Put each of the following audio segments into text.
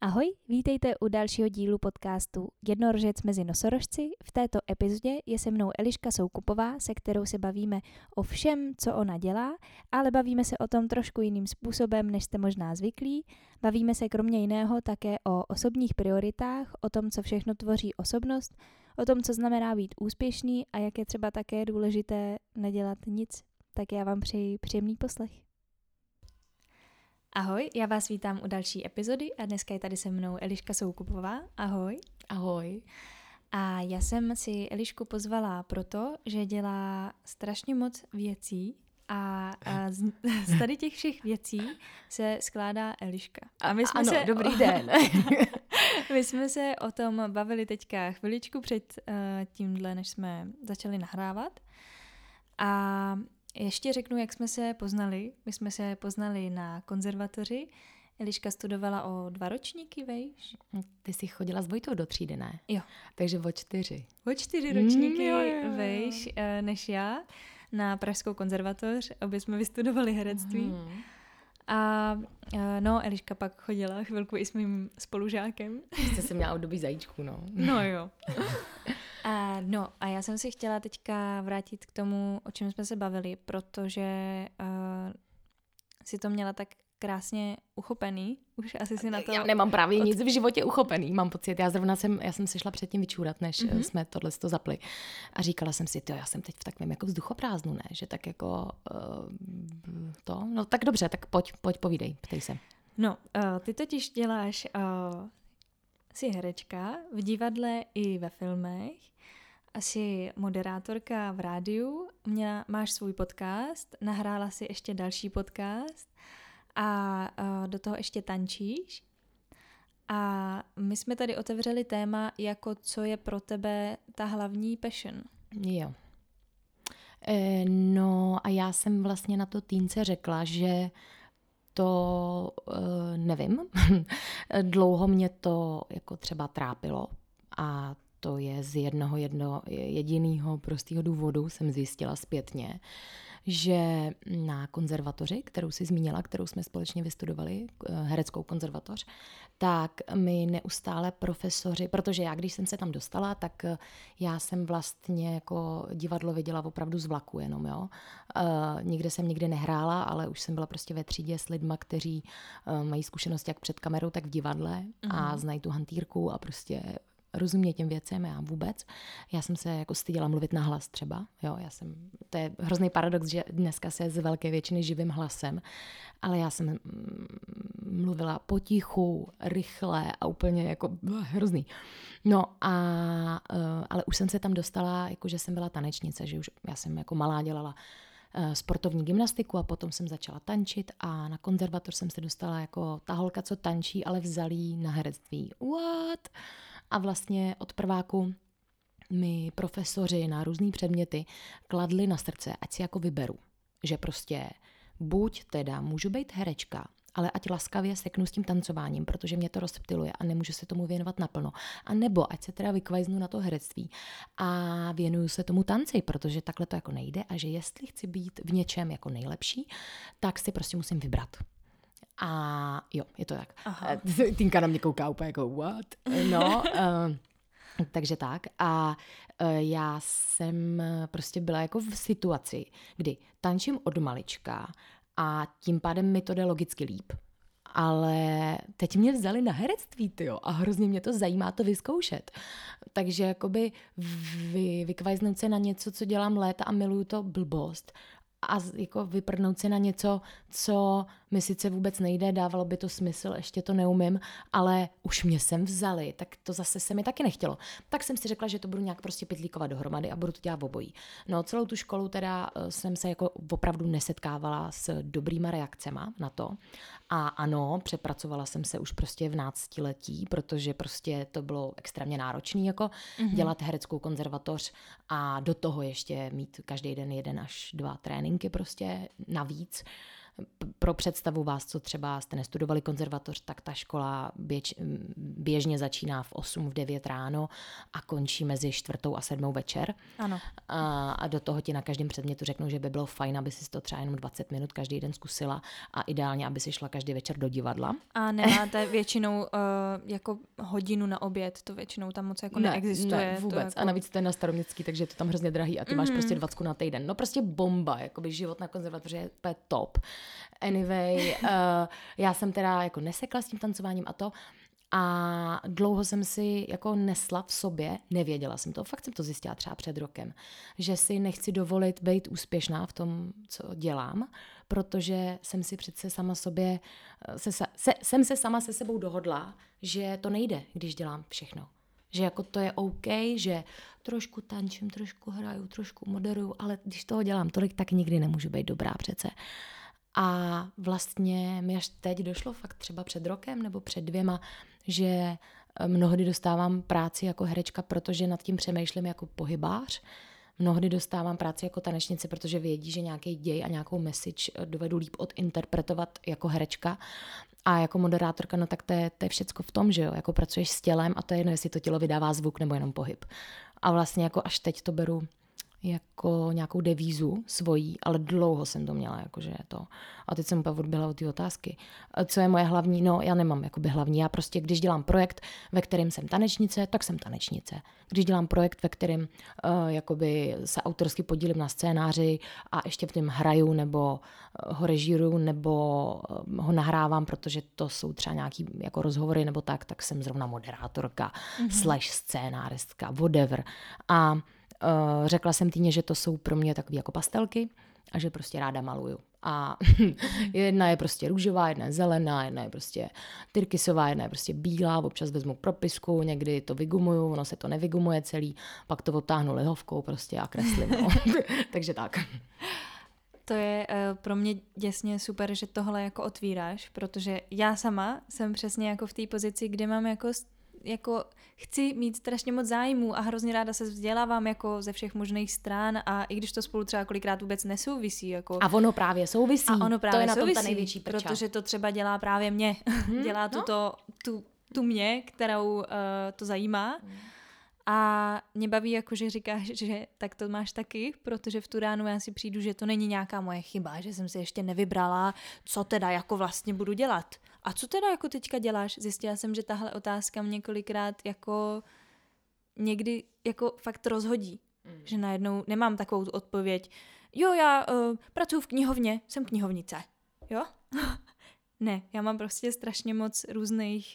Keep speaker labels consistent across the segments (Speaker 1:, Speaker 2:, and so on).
Speaker 1: Ahoj, vítejte u dalšího dílu podcastu Jednorožec mezi nosorožci. V této epizodě je se mnou Eliška Soukupová, se kterou se bavíme o všem, co ona dělá, ale bavíme se o tom trošku jiným způsobem, než jste možná zvyklí. Bavíme se kromě jiného také o osobních prioritách, o tom, co všechno tvoří osobnost, o tom, co znamená být úspěšný a jak je třeba také důležité nedělat nic. Tak já vám přeji příjemný poslech. Ahoj, já vás vítám u další epizody a dneska je tady se mnou Eliška Soukupová. Ahoj.
Speaker 2: Ahoj.
Speaker 1: A já jsem si Elišku pozvala proto, že dělá strašně moc věcí a z tady těch všech věcí se skládá Eliška.
Speaker 2: A my jsme dobrý den.
Speaker 1: My jsme se o tom bavili teďka chviličku před tímhle, než jsme začali nahrávat. A ještě řeknu, jak jsme se poznali. My jsme se poznali na konzervatoři. Eliška studovala o 2 ročníky, vejš?
Speaker 2: Ty jsi chodila s Vojtou do třídy, ne?
Speaker 1: Jo.
Speaker 2: Takže o 4.
Speaker 1: O 4 ročníky, vejš, než já, na Pražskou konzervatoř. Obě jsme vystudovali herectví. A Eliška pak chodila chvilku i s mým spolužákem.
Speaker 2: Jste se měla období zajíčku, no.
Speaker 1: No jo. A já jsem si chtěla teďka vrátit k tomu, o čem jsme se bavili, protože si to měla tak krásně uchopený. Už asi si na to...
Speaker 2: Já nemám právě nic v životě uchopený, mám pocit. Já jsem se šla předtím vyčůrat, než jsme tohle zapli. A říkala jsem si, já jsem teď v takovém jako vzduchoprázdnu, ne? Že tak jako no tak dobře, tak pojď povídej, ptej se.
Speaker 1: No, ty totiž děláš... Jsi herečka v divadle i ve filmech, jsi moderátorka v rádiu, máš svůj podcast, nahrála si ještě další podcast a do toho ještě tančíš. A my jsme tady otevřeli téma, jako co je pro tebe ta hlavní passion.
Speaker 2: Jo. No a já jsem vlastně na to týnce řekla, že to nevím. Dlouho mě to jako třeba trápilo a to je z jednoho jediného prostého důvodu, jsem zjistila zpětně, že na konzervatoři, kterou jsi zmínila, kterou jsme společně vystudovali, hereckou konzervatoř, tak mi neustále profesoři, protože já, když jsem se tam dostala, tak já jsem vlastně jako divadlo viděla opravdu z vlaku jenom, jo. Nikde jsem nikdy nehrála, ale už jsem byla prostě ve třídě s lidma, kteří mají zkušenosti jak před kamerou, tak v divadle a znají tu hantýrku a prostě rozumět těm věcem, já vůbec. Já jsem se jako styděla mluvit na hlas třeba, jo, to je hrozný paradox, že dneska se z velké většiny živým hlasem, ale já jsem mluvila potichu, rychle a úplně jako hrozný. No ale už jsem se tam dostala, jako že jsem byla tanečnice, že už já jsem jako malá dělala sportovní gymnastiku a potom jsem začala tančit a na konzervatoř jsem se dostala jako ta holka, co tančí, ale vzalí na herectví. What? A vlastně od prváku mi profesoři na různý předměty kladli na srdce, ať si jako vyberu, že prostě buď teda můžu být herečka, ale ať laskavě seknu s tím tancováním, protože mě to rozptyluje a nemůžu se tomu věnovat naplno. A nebo ať se teda vykvajznu na to herectví a věnuju se tomu tanci, protože takhle to jako nejde a že jestli chci být v něčem jako nejlepší, tak si prostě musím vybrat. A jo, je to tak. Týnka na mě kouká úplně jako what? No, takže tak. A já jsem prostě byla jako v situaci, kdy tančím od malička a tím pádem mi to jde logicky líp. Ale teď mě vzali na herectví, tyjo, a hrozně mě to zajímá to vyzkoušet. Takže jakoby vykvajznout se na něco, co dělám léta a miluju to blbost, a jako vyprdnout si na něco, co mi sice vůbec nejde, dávalo by to smysl, ještě to neumím, ale už mě sem vzali, tak to zase se mi taky nechtělo. Tak jsem si řekla, že to budu nějak prostě pytlíkovat dohromady a budu to dělat obojí. No celou tu školu teda jsem se jako opravdu nesetkávala s dobrýma reakcema na to. A ano, přepracovala jsem se už prostě v 12letí, protože prostě to bylo extrémně náročné jako dělat hereckou konzervatoř a do toho ještě mít každý den 1 až 2 tréninky prostě navíc. pro představu vás, co třeba jste nestudovali konzervatoř, tak ta škola běžně začíná v 8, v 9 ráno a končí mezi 4 a 7 večer.
Speaker 1: Ano.
Speaker 2: A do toho ti na každém předmětu řeknou, že by bylo fajn, aby si to třeba jenom 20 minut každý den zkusila a ideálně, aby si šla každý večer do divadla.
Speaker 1: A nemáte většinou jako hodinu na oběd, to většinou tam moc jako neexistuje.
Speaker 2: Ne, vůbec.
Speaker 1: Jako...
Speaker 2: A navíc to je na Staroměstský, takže je to tam hrozně drahý a ty máš prostě 20 na týden. No prostě bomba, jakoby život na konzervatoři je top. Anyway, já jsem teda jako nesekla s tím tancováním a to a dlouho jsem si jako nesla v sobě, nevěděla jsem to, fakt jsem to zjistila třeba před rokem, že si nechci dovolit být úspěšná v tom, co dělám, protože jsem si přece sama sobě, jsem se sama se sebou dohodla, že to nejde, když dělám všechno. Že jako to je OK, že trošku tančím, trošku hraju, trošku moderuju, ale když toho dělám tolik, tak nikdy nemůžu být dobrá přece. A vlastně mi až teď došlo fakt třeba před rokem nebo před 2, že mnohdy dostávám práci jako herečka, protože nad tím přemýšlím jako pohybář. Mnohdy dostávám práci jako tanečnice, protože vědí, že nějaký děj a nějakou message dovedu líp odinterpretovat jako herečka. A jako moderátorka, no tak to je všecko v tom, že jo, jako pracuješ s tělem a to je jedno, jestli to tělo vydává zvuk nebo jenom pohyb. A vlastně jako až teď to beru jako nějakou devízu svojí, ale dlouho jsem to měla, jakože to. A teď jsem úplně odběhla od té otázky. Co je moje hlavní? No, já nemám jakoby hlavní. Já prostě, když dělám projekt, ve kterém jsem tanečnice, tak jsem tanečnice. Když dělám projekt, ve kterém jakoby se autorsky podílím na scénáři a ještě v tom hraju, nebo ho režíruju, nebo ho nahrávám, protože to jsou třeba nějaký jako rozhovory nebo tak jsem zrovna moderátorka, / scénáristka, whatever. A řekla jsem Týně, že to jsou pro mě takové jako pastelky a že prostě ráda maluju. A jedna je prostě růžová, jedna je zelená, jedna je prostě tyrkysová, jedna je prostě bílá, občas vezmu propisku, někdy to vygumuju, ono se to nevygumuje celý, pak to otáhnu lihovkou prostě a kreslím. No. Takže tak.
Speaker 1: To je pro mě děsně super, že tohle jako otvíráš, protože já sama jsem přesně jako v té pozici, kde mám jako chci mít strašně moc zájmů a hrozně ráda se vzdělávám jako ze všech možných stran a i když to spolu třeba kolikrát vůbec nesouvisí. Jako...
Speaker 2: A ono právě souvisí.
Speaker 1: A ono právě
Speaker 2: to je na
Speaker 1: souvisí,
Speaker 2: tom ta největší prča.
Speaker 1: protože to třeba dělá právě mě. Dělá tu mě, kterou to zajímá. A mě baví, jako, že říkáš, že tak to máš taky, protože v tu ránu já si přijdu, že to není nějaká moje chyba, že jsem si ještě nevybrala, co teda jako vlastně budu dělat. A co teda jako teďka děláš? Zjistila jsem, že tahle otázka mě několikrát jako někdy jako fakt rozhodí. Že najednou nemám takovou tu odpověď. Jo, já pracuji v knihovně, jsem knihovnice. Jo? Ne, já mám prostě strašně moc různých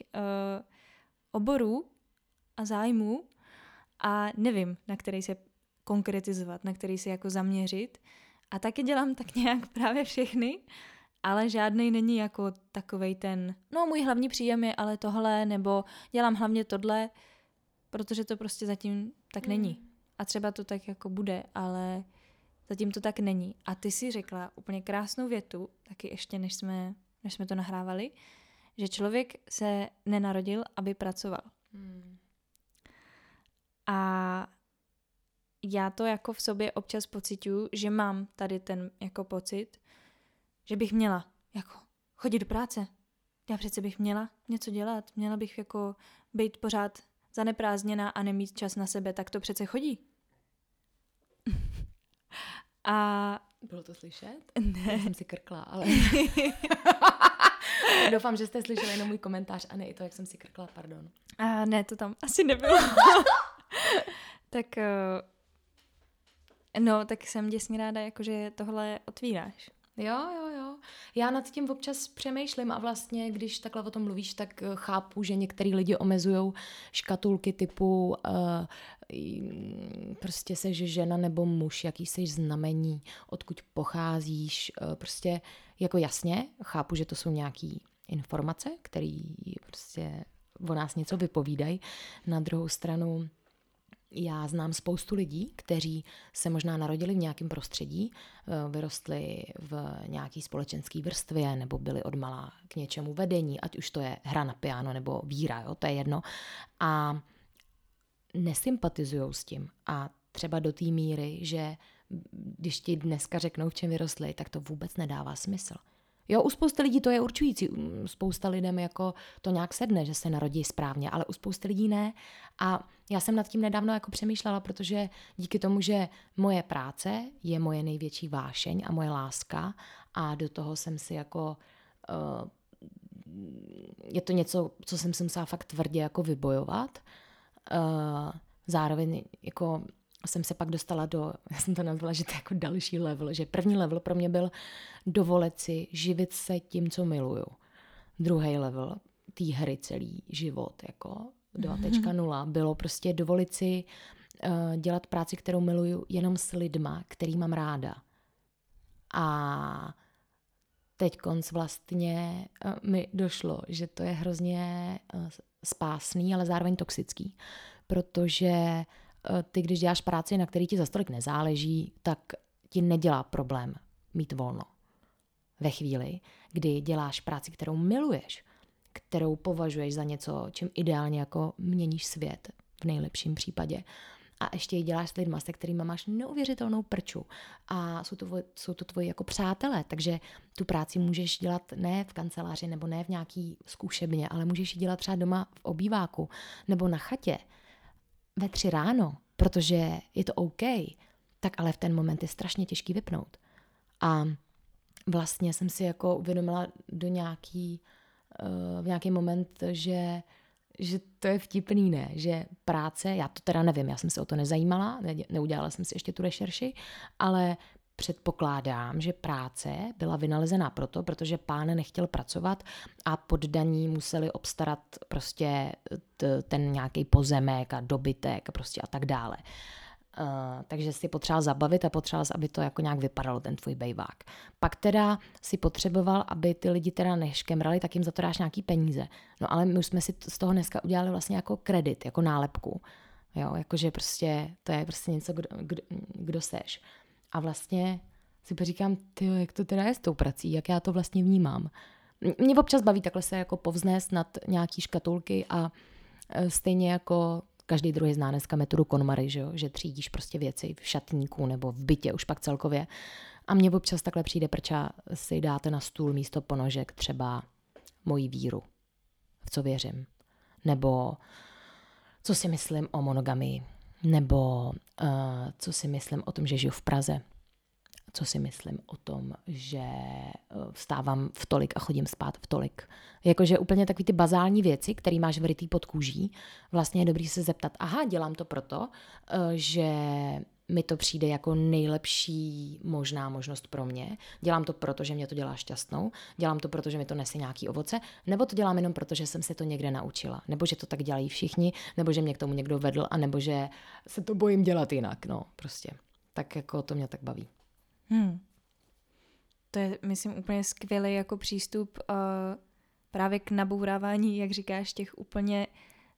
Speaker 1: oborů a zájmů a nevím, na který se konkretizovat, na který se jako zaměřit. A taky dělám tak nějak právě všechny, ale žádnej není jako takovej ten, no můj hlavní příjem je ale tohle, nebo dělám hlavně tohle, protože to prostě zatím tak není. A třeba to tak jako bude, ale zatím to tak není. A ty si řekla úplně krásnou větu, taky ještě než jsme to nahrávali, že člověk se nenarodil, aby pracoval. A já to jako v sobě občas pociťuju, že mám tady ten jako pocit, že bych měla jako chodit do práce. Já přece bych měla něco dělat, měla bych jako být pořád zaneprázdněná a nemít čas na sebe, tak to přece chodí. A...
Speaker 2: Bylo to slyšet?
Speaker 1: Ne.
Speaker 2: Já jsem si krkla, ale... Doufám, že jste slyšeli jenom můj komentář a ne i to, jak jsem si krkla, pardon.
Speaker 1: A ne, to tam asi nebylo. Tak... No, tak jsem děsně ráda, jakože tohle otvíráš.
Speaker 2: Jo. Já nad tím občas přemýšlím a vlastně, když takhle o tom mluvíš, tak chápu, že některý lidi omezujou škatulky typu prostě seš žena nebo muž, jaký seš znamení, odkud pocházíš, prostě jako jasně, chápu, že to jsou nějaký informace, které prostě o nás něco vypovídají. Na druhou stranu já znám spoustu lidí, kteří se možná narodili v nějakém prostředí, vyrostli v nějaké společenské vrstvě nebo byli odmala k něčemu vedení, ať už to je hra na piano nebo víra, jo, to je jedno. A nesympatizujou s tím. A třeba do té míry, že když ti dneska řeknou, v čem vyrostli, tak to vůbec nedává smysl. Jo, u spousty lidí to je určující, spousta lidem jako to nějak sedne, že se narodí správně, ale u spousty lidí ne. A já jsem nad tím nedávno jako přemýšlela, protože díky tomu, že moje práce je moje největší vášeň a moje láska a do toho jsem si jako, je to něco, co jsem si musela fakt tvrdě jako vybojovat. Zároveň jako jsem se pak dostala já jsem to nazvala, že to je jako další level, že první level pro mě byl dovolit si živit se tím, co miluju. Druhý level té hry celý život, jako 2.0, bylo prostě dovolit si dělat práci, kterou miluju, jenom s lidma, který mám ráda. A teďkonc vlastně mi došlo, že to je hrozně spásný, ale zároveň toxický, protože ty, když děláš práci, na který ti za tolik nezáleží, tak ti nedělá problém mít volno. Ve chvíli, kdy děláš práci, kterou miluješ, kterou považuješ za něco, čím ideálně jako měníš svět v nejlepším případě, a ještě ji děláš s lidma, se kterými máš neuvěřitelnou prču a jsou to tvoji jako přátelé, takže tu práci můžeš dělat ne v kanceláři nebo ne v nějaký zkušebně, ale můžeš ji dělat třeba doma v obýváku nebo na chatě ve 3 ráno, protože je to OK, tak ale v ten moment je strašně těžký vypnout. A vlastně jsem si jako uvědomila v nějaký moment, že to je vtipný, ne? Že práce, já to teda nevím, já jsem se o to nezajímala, neudělala jsem si ještě tu rešerši, ale předpokládám, že práce byla vynalezená protože pán nechtěl pracovat a poddaní museli obstarat prostě ten nějaký pozemek a dobytek prostě a tak dále. Takže si potřeboval zabavit a potřeboval, aby to jako nějak vypadalo, ten tvůj bejvák. Pak teda si potřeboval, aby ty lidi teda neškemrali, tak jim za to dáš nějaký peníze. No ale my už jsme si z toho dneska udělali vlastně jako kredit, jako nálepku. Jo, jakože prostě to je prostě něco, kdo seš. A vlastně si říkám, tyjo, jak to teda je s tou prací, jak já to vlastně vnímám. Mě občas baví takhle se jako povznést nad nějaký škatulky a stejně jako každý druhý zná dneska metodu KonMari, že třídíš prostě věci v šatníku nebo v bytě už pak celkově. A mně občas takhle přijde prča si dáte na stůl místo ponožek třeba moji víru, v co věřím. Nebo co si myslím o monogamii. Nebo co si myslím o tom, že žiju v Praze. Co si myslím o tom, že vstávám v tolik a chodím spát v tolik. Jakože úplně takový ty bazální věci, které máš vrytý pod kůží, vlastně je dobrý se zeptat, aha, dělám to proto, že mi to přijde jako nejlepší možná možnost pro mě. Dělám to proto, že mě to dělá šťastnou. Dělám to proto, že mi to nese nějaký ovoce. Nebo to dělám jenom proto, že jsem se to někde naučila. Nebo že to tak dělají všichni. Nebo že mě k tomu někdo vedl. A nebo že se to bojím dělat jinak. No, prostě. Tak jako to mě tak baví.
Speaker 1: To je, myslím, úplně skvělý jako přístup právě k nabourávání, jak říkáš, těch úplně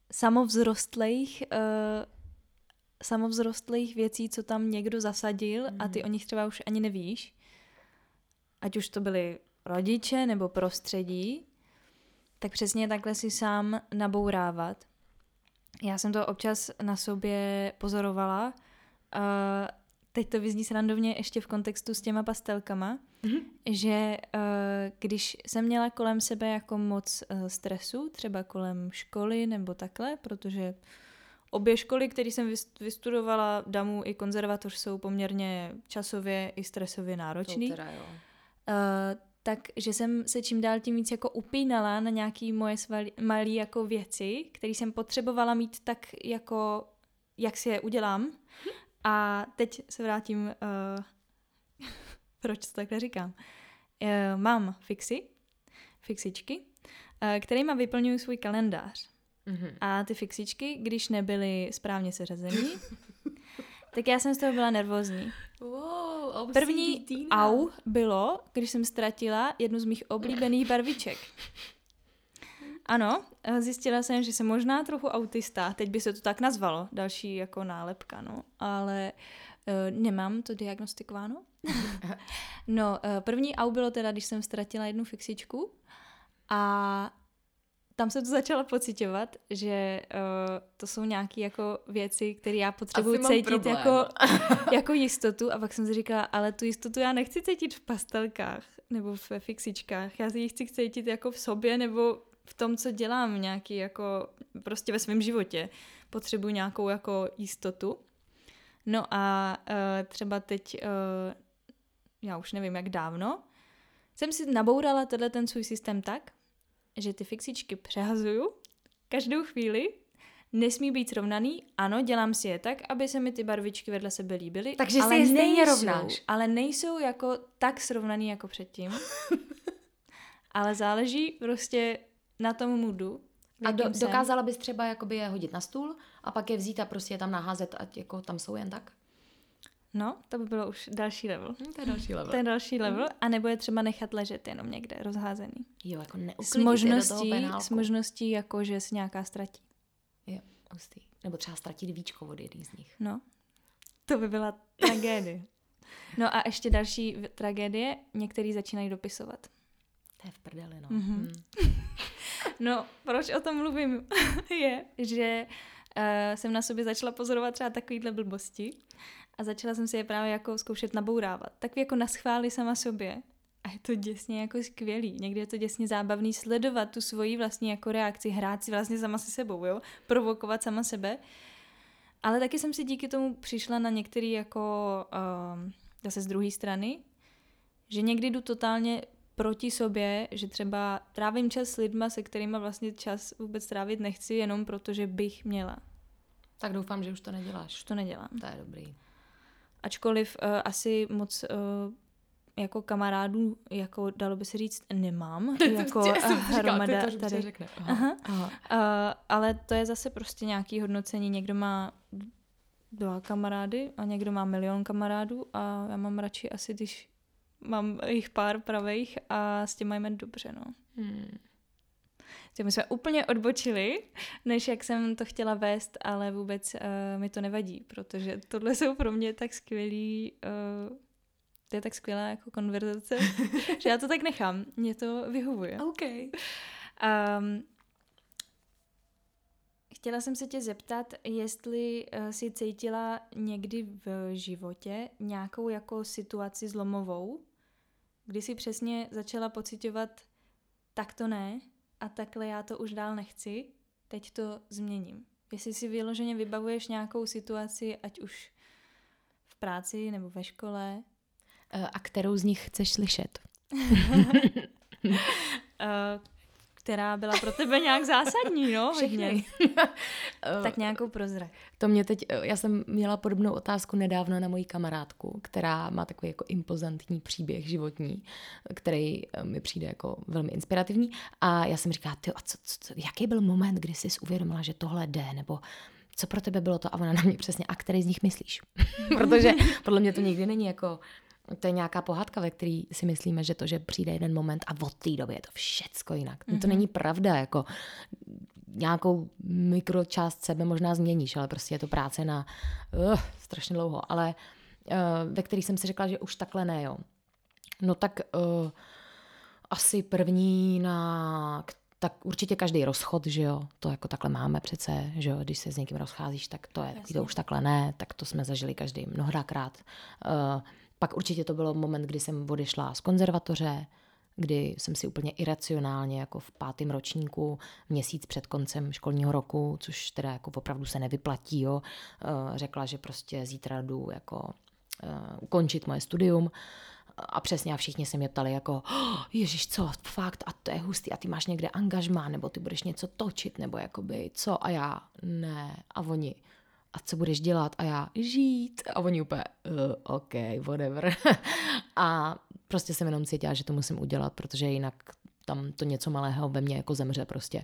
Speaker 1: samovzrostlých věcí, co tam někdo zasadil a ty o nich třeba už ani nevíš. Ať už to byli rodiče nebo prostředí, tak přesně takhle si sám nabourávat. Já jsem to občas na sobě pozorovala. Teď to vyzní srandovně ještě v kontextu s těma pastelkama, že když jsem měla kolem sebe jako moc stresu, třeba kolem školy nebo takhle, protože obě školy, které jsem vystudovala, DAMU i konzervatoř, jsou poměrně časově i stresově náročný. Takže jsem se čím dál tím víc jako upínala na nějaký moje malé jako věci, které jsem potřebovala mít tak jako, jak si je udělám. A teď se vrátím, proč to takhle říkám. Mám fixičky, kterýma vyplňuji svůj kalendář. A ty fixičky, když nebyly správně seřazený, tak já jsem z toho byla nervózní.
Speaker 2: Wow,
Speaker 1: První au bylo, když jsem ztratila jednu z mých oblíbených barviček. Ano, zjistila jsem, že jsem možná trochu autista, teď by se to tak nazvalo, další jako nálepka, no, ale nemám to diagnostikováno. No, první au bylo teda, když jsem ztratila jednu fixičku a tam jsem to začala pociťovat, že to jsou nějaké jako věci, které já potřebuji cítit jako jistotu a pak jsem si říkala, ale tu jistotu já nechci cítit v pastelkách.
Speaker 3: nebo ve fixičkách. Já si ji chci cítit jako v sobě nebo v tom, co dělám nějaký jako prostě ve svém životě. Potřebuji nějakou jako jistotu. No a třeba teď, já už nevím jak dávno, jsem si nabourala ten svůj systém tak, že ty fixičky přehazuju každou chvíli, nesmí být srovnaný, ano, dělám si je tak, aby se mi ty barvičky vedle sebe líbily.
Speaker 2: Takže si je stejně rovnáš.
Speaker 3: Ale nejsou jako tak srovnaný jako předtím. Ale záleží prostě na tom moodu.
Speaker 2: A dokázala bys třeba jakoby je hodit na stůl a pak je vzít a prostě je tam naházet, ať jako tam jsou jen tak?
Speaker 3: No, to by bylo už další level.
Speaker 2: To je další level.
Speaker 3: To je další level. A nebo je třeba nechat ležet jenom někde rozházený.
Speaker 2: Jo, jako neuklidit do toho penálku.
Speaker 3: S možností jako, že se nějaká ztratí.
Speaker 2: Jo, hustý. Nebo třeba ztratit víčko od jedný z nich.
Speaker 3: No, to by byla tragédie. No a ještě další tragédie, některý začínají dopisovat.
Speaker 2: To je v prdeli, no.
Speaker 3: Mm-hmm. No, proč o tom mluvím, je, že jsem na sobě začala pozorovat třeba takovýhle blbosti a začala jsem si je právě jako zkoušet nabourávat. Tak jako naschváli sama sobě. A je to děsně jako skvělý. Někdy je to děsně zábavný sledovat tu svoji vlastní jako reakci, hrát si vlastně sama se sebou, jo? Provokovat sama sebe. Ale taky jsem si díky tomu přišla na některý jako zase z druhé strany, že někdy jdu totálně proti sobě, že třeba trávím čas s lidma, se kterýma vlastně čas vůbec trávit nechci, jenom protože bych měla.
Speaker 2: Tak doufám, že už to neděláš.
Speaker 3: Už to nedělám.
Speaker 2: To je dobrý.
Speaker 3: Ačkoliv asi moc jako kamarádů, jako dalo by se říct, nemám. Jako hromada tady. Ale to je zase prostě nějaký hodnocení. Někdo má 2 kamarády a někdo má 1 000 000 kamarádů a já mám radši asi, když mám jich pár pravejch a s těma jme dobře, no. My jsme úplně odbočili, než jak jsem to chtěla vést, ale vůbec mi to nevadí, protože tohle jsou pro mě tak skvělý, to je tak skvělá jako konverzace, že já to tak nechám. Mě to vyhovuje.
Speaker 2: Okay.
Speaker 3: Chtěla jsem se tě zeptat, jestli jsi cítila někdy v životě nějakou jako situaci zlomovou, kdy jsi přesně začala pociťovat tak to ne a takhle já to už dál nechci, teď to změním. Jestli si vyloženě vybavuješ nějakou situaci, ať už v práci nebo ve škole.
Speaker 2: A kterou z nich chceš slyšet?
Speaker 3: Která byla pro tebe nějak zásadní, no? Hodně. Tak nějakou prozrať.
Speaker 2: To mě teď, já jsem měla podobnou otázku nedávno na moji kamarádku, která má takový jako impozantní příběh životní, který mi přijde jako velmi inspirativní. A já jsem říkala, a jaký byl moment, kdy jsi uvědomila, že tohle jde, nebo co pro tebe bylo to? A ona na mě přesně, a který z nich myslíš? Protože podle mě to nikdy není jako... To je nějaká pohádka, ve který si myslíme, že to, že přijde jeden moment a od té doby je to všecko jinak. To není pravda, jako nějakou mikročást sebe možná změníš, ale prostě je to práce na strašně dlouho. Ale ve který jsem si řekla, že už takhle ne, jo. No tak asi první tak určitě každý rozchod, že jo, to jako takhle máme přece, že jo, když se s někým rozcházíš, tak to je, to už takhle ne, tak to jsme zažili každý mnohokrát. Pak určitě to bylo moment, kdy jsem odešla z konzervatoře, kdy jsem si úplně iracionálně jako v 5. ročníku, měsíc před koncem školního roku, což teda jako opravdu se nevyplatí, jo, řekla, že prostě zítra jdu jako ukončit moje studium. A přesně a všichni se mě ptali jako, ježiš, co, fakt, a to je hustý, a ty máš někde angažmá, nebo ty budeš něco točit, nebo jakoby, co, a já, ne, a oni, a co budeš dělat, a já, žít, a oni úplně, OK, whatever. A prostě jsem jenom cítila, že to musím udělat, protože jinak tam to něco malého ve mně jako zemře prostě.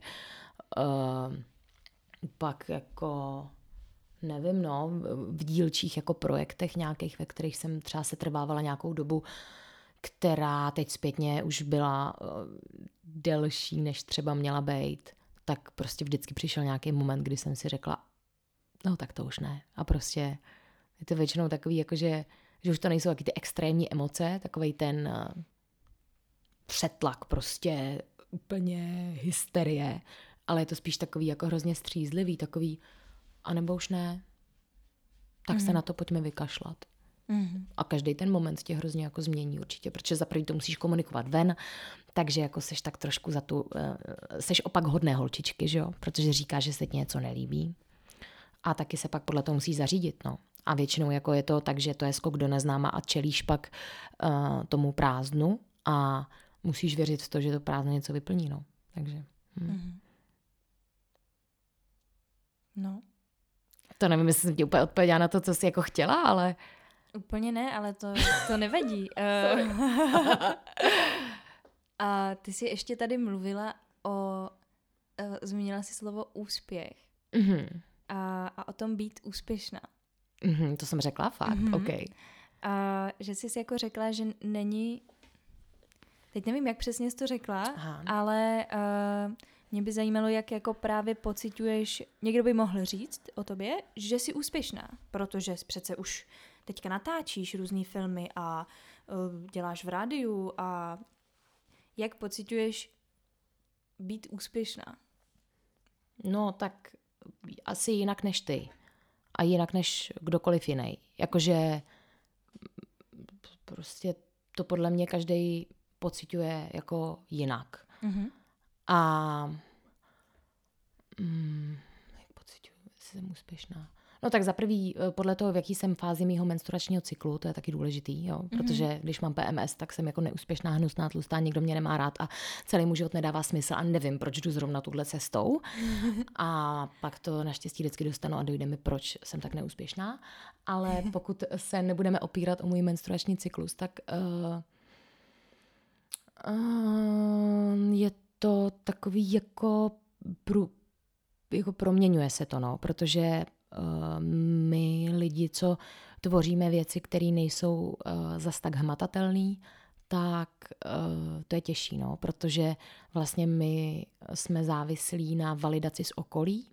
Speaker 2: Pak jako... nevím, no, v dílčích jako projektech nějakých, ve kterých jsem třeba se trvávala nějakou dobu, která teď zpětně už byla delší, než třeba měla být, tak prostě vždycky přišel nějaký moment, kdy jsem si řekla, no tak to už ne. A prostě je to většinou takový, jakože, že už to nejsou taky ty extrémní emoce, takovej ten přetlak, prostě úplně hysterie, ale je to spíš takový jako hrozně střízlivý, takový a nebo už ne, tak se na to pojďme vykašlat. A každý ten moment tě hrozně jako změní určitě, protože za první to musíš komunikovat ven, takže jako seš tak trošku seš opak hodné holčičky, že jo? Protože říkáš, že se ti něco nelíbí. A taky se pak podle toho musíš zařídit, no. A většinou jako je to tak, že to je skok do neznáma a čelíš pak tomu prázdnu a musíš věřit v to, že to prázdno něco vyplní, no. Takže.
Speaker 3: No.
Speaker 2: To nevím, jestli jsem ti úplně odpověděla na to, co jsi jako chtěla, ale...
Speaker 3: Úplně ne, ale to nevadí. A ty jsi ještě tady mluvila zmínila jsi slovo úspěch. A o tom být úspěšná.
Speaker 2: To jsem řekla fakt, OK.
Speaker 3: A že jsi jako řekla, že není... Teď nevím, jak přesně jsi to řekla, ale mě by zajímalo, jak jako právě pociťuješ, někdo by mohl říct o tobě, že jsi úspěšná, protože přece už teďka natáčíš různý filmy a děláš v rádiu a jak pociťuješ být úspěšná?
Speaker 2: No tak asi jinak než ty a jinak než kdokoliv jiný. Jakože prostě to podle mě každý pociťuje jako jinak. A jak pociťuji, jestli jsem úspěšná? No tak za prvý, podle toho, v jaký jsem fázi mýho menstruačního cyklu, to je taky důležitý, jo? Protože když mám PMS, tak jsem jako neúspěšná, hnusná, tlustá, nikdo mě nemá rád a celý můj život nedává smysl a nevím, proč jdu zrovna tuhle cestou. A pak to naštěstí vždycky dostanu a dojde mi, proč jsem tak neúspěšná. Ale pokud se nebudeme opírat o můj menstruační cyklus, tak je to takový jako proměňuje se to, no, protože my lidi, co tvoříme věci, které nejsou zas tak hmatatelné, tak to je těžší, no, protože vlastně my jsme závislí na validaci z okolí.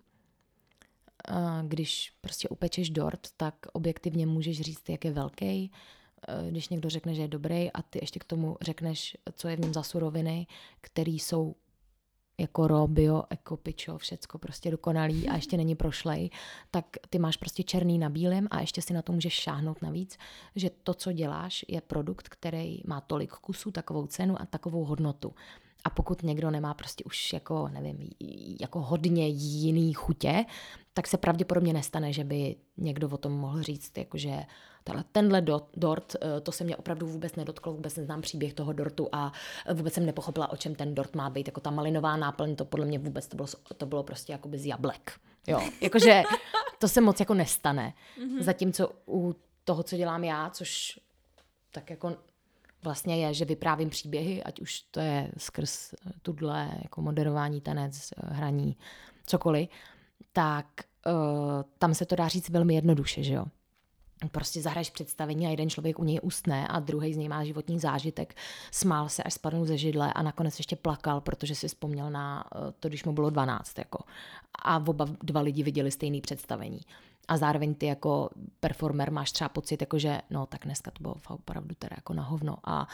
Speaker 2: Když prostě upečeš dort, tak objektivně můžeš říct, jak je velký. Když někdo řekne, že je dobrý a ty ještě k tomu řekneš, co je v něm za suroviny, které jsou jako raw, bio, eko, pičo, všecko prostě dokonalý a ještě není prošlej, tak ty máš prostě černý na bílém a ještě si na to můžeš šáhnout navíc, že to, co děláš, je produkt, který má tolik kusů, takovou cenu a takovou hodnotu. A pokud někdo nemá prostě už jako, nevím, jako hodně jiný chutě, tak se pravděpodobně nestane, že by někdo o tom mohl říct, jakože tenhle dort, to se mě opravdu vůbec nedotklo, vůbec neznám příběh toho dortu a vůbec jsem nepochopila, o čem ten dort má být. Jako ta malinová náplň, to podle mě vůbec to bylo prostě jakoby z jablek. Jo, jakože to se moc jako nestane. Zatímco u toho, co dělám já, což tak jako vlastně je, že vyprávím příběhy, ať už to je skrz tudle jako moderování, tanec, hraní, cokoliv, tak tam se to dá říct velmi jednoduše, že jo. Prostě zahraješ představení a jeden člověk u něj usne a druhý z něj má životní zážitek, smál se, až spadnul ze židle a nakonec ještě plakal, protože si vzpomněl na to, když mu bylo 12. Jako. A dva lidi viděli stejný představení. A zároveň ty jako performer máš třeba pocit, jako že no tak dneska to bylo opravdu teda jako na hovno a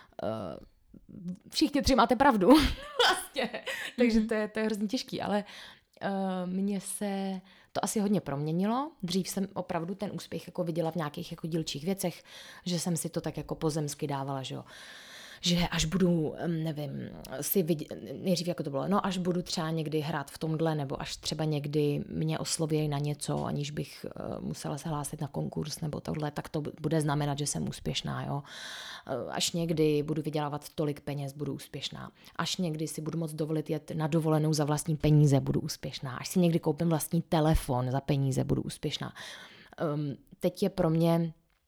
Speaker 2: všichni tři máte pravdu vlastně. Takže to je hrozně těžký, ale mně se to asi hodně proměnilo. Dřív jsem opravdu ten úspěch jako viděla v nějakých jako dílčích věcech, že jsem si to tak jako pozemsky dávala, že jo. Že až budu, nevím, nejdřív jako to bylo, no až budu třeba někdy hrát v tomhle, nebo až třeba někdy mě oslovějí na něco, aniž bych musela se hlásit na konkurs nebo tohle, tak to bude znamenat, že jsem úspěšná, jo. Až někdy budu vydělávat tolik peněz, budu úspěšná. Až někdy si budu moct dovolit jet na dovolenou za vlastní peníze, budu úspěšná. Až si někdy koupím vlastní telefon za peníze, budu úspěšná. Teď je pro mě,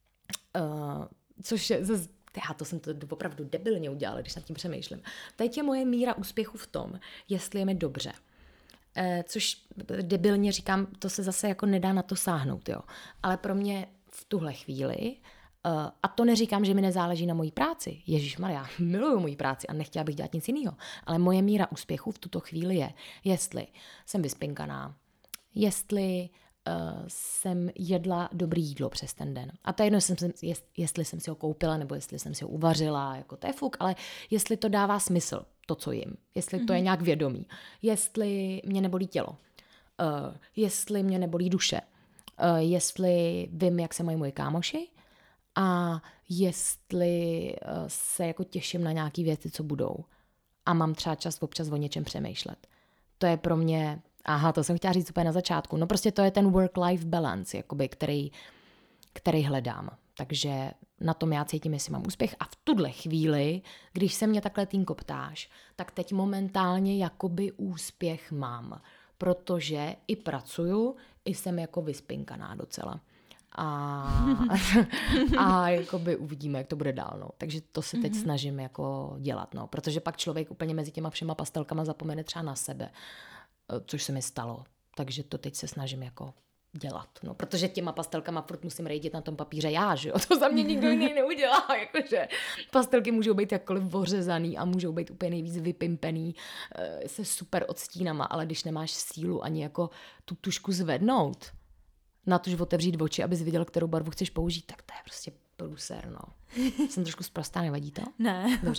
Speaker 2: což je zase to jsem to opravdu debilně udělala, když nad tím přemýšlím. Teď je moje míra úspěchu v tom, jestli je mi dobře. Což debilně říkám, to se zase jako nedá na to sáhnout, jo. Ale pro mě v tuhle chvíli, a to neříkám, že mi nezáleží na mojí práci. Ježišmarja, miluju moji práci a nechtěla bych dělat nic jiného. Ale moje míra úspěchu v tuto chvíli je, jestli jsem vyspinkaná, jestli jsem jedla dobrý jídlo přes ten den. A to je jedno, jestli jsem si ho koupila, nebo jestli jsem si ho uvařila, jako to je fuk, ale jestli to dává smysl, to, co jim. Jestli to je nějak vědomý. Jestli mě nebolí tělo. Jestli mě nebolí duše. Jestli vím, jak se mají moji kámoši. a jestli se jako těším na nějaký věci, co budou. A mám třeba čas občas o něčem přemýšlet. To je pro mě, to jsem chtěla říct úplně na začátku, no prostě to je ten work-life balance, jakoby, který hledám. Takže na tom já cítím, jestli mám úspěch. A v tuhle chvíli, když se mě takhle Týnko ptáš, tak teď momentálně jakoby úspěch mám. Protože i pracuju, i jsem jako vyspinkaná docela. A jakoby uvidíme, jak to bude dál. No. Takže to se teď snažím jako dělat. No. Protože pak člověk úplně mezi těma všema pastelkama zapomene třeba na sebe. Což se mi stalo. Takže to teď se snažím jako dělat. No, protože těma pastelkama furt musím rejdit na tom papíře já, že jo? To za mě nikdo jiný neudělá. Jakože pastelky můžou být jakkoliv ořezaný a můžou být úplně nejvíc vypimpený se super odstínama, ale když nemáš sílu ani jako tu tušku zvednout, natož otevřít oči, abys viděl, kterou barvu chceš použít, tak to je prostě průser, no. Jsem trošku sprostá, nevadí to?
Speaker 3: Ne.
Speaker 2: Dobře.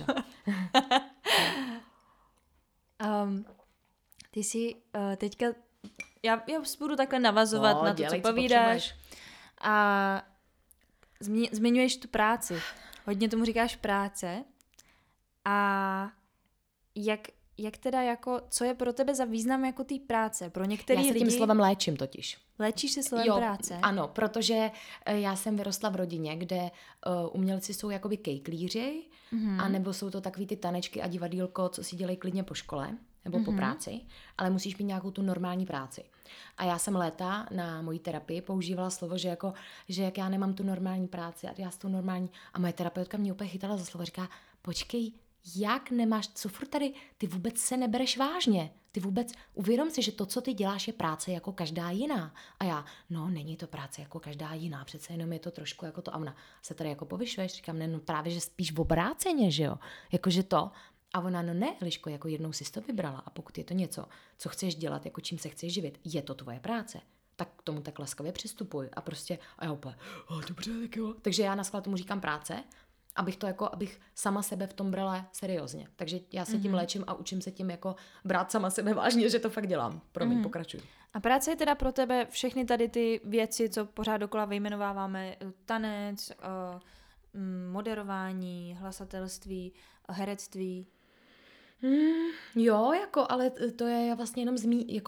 Speaker 3: Ty jsi teďka, já budu takhle navazovat na to, co povídáš. A zmiňuješ tu práci. Hodně tomu říkáš práce. A jak teda jako, co je pro tebe za význam jako té práce? Pro některý lidi...
Speaker 2: Já se tím slovem léčím totiž.
Speaker 3: Léčíš se slovem práce?
Speaker 2: Ano, protože já jsem vyrostla v rodině, kde umělci jsou jakoby kejklíři, anebo jsou to takový ty tanečky a divadýlko, co si dělají klidně po škole nebo po práci, ale musíš mít nějakou tu normální práci. A já jsem léta na mojí terapii používala slovo, že jak já nemám tu normální práci a já s tou normální... A moje terapeutka mě úplně chytala za slovo, říká, počkej, jak nemáš, co furt tady, ty vůbec se nebereš vážně, ty vůbec uvědom si, že to, co ty děláš, je práce jako každá jiná. A já, no není to práce jako každá jiná, přece jenom je to trošku jako to. A ona se tady jako povyšuješ, říkám, ne, no právě, že spíš obráceně, že jo, jakože to. A ona, no ne, Eliško, jako jednou jsi to vybrala a pokud je to něco, co chceš dělat, jako čím se chceš živit, je to tvoje práce. Tak k tomu tak laskavě přistupuj a prostě, a já úplně, dobře, tak jo. Takže já na schvál tomu říkám práce, abych sama sebe v tom brala seriózně. Takže já se tím léčím a učím se tím jako brát sama sebe vážně, že to fakt dělám. Promiň, pokračuj.
Speaker 3: A práce je teda pro tebe všechny tady ty věci, co pořád dokola vyjmenováváme, tanec, moderování, hlasatelství, herectví?
Speaker 2: Jo, jako, ale to je vlastně jenom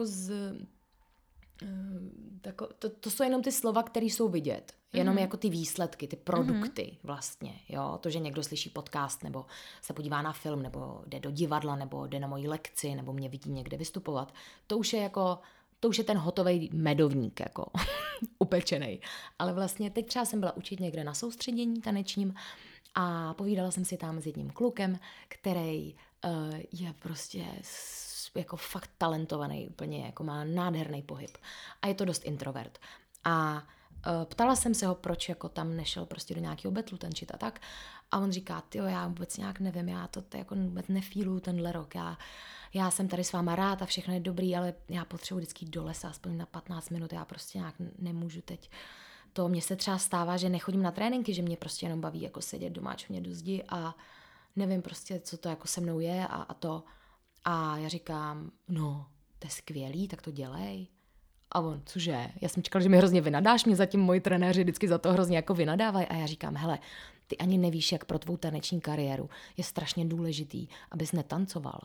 Speaker 2: to jsou jenom ty slova, které jsou vidět. Jenom jako ty výsledky, ty produkty vlastně. Jo? To, že někdo slyší podcast, nebo se podívá na film, nebo jde do divadla, nebo jde na moji lekci, nebo mě vidí někde vystupovat. To už je ten hotový medovník, jako upečenej. Ale vlastně teď třeba jsem byla učit někde na soustředění tanečním a povídala jsem si tam s jedním klukem, který je prostě jako fakt talentovaný, úplně jako má nádherný pohyb. A je to dost introvert. A ptala jsem se ho, proč jako tam nešel prostě do nějakého betlu tančit a tak. A on říká, tyjo, já vůbec nějak nevím, já to jako vůbec nefíluju tenhle rok. Já jsem tady s váma rád a všechno je dobrý, ale já potřebuji vždycky do lesa aspoň na 15 minut, já prostě nějak nemůžu teď. To mně se třeba stává, že nechodím na tréninky, že mě prostě jenom baví jako sedět doma, čumět do zdi a nevím prostě, co to jako se mnou je a to. A já říkám, no, to je skvělý, tak to dělej. A on, cože? Já jsem čekala, že mi hrozně vynadáš, mě zatím moji trenéři vždycky za to hrozně jako vynadávají. A já říkám, hele, ty ani nevíš, jak pro tvou taneční kariéru je strašně důležitý, abys netancoval.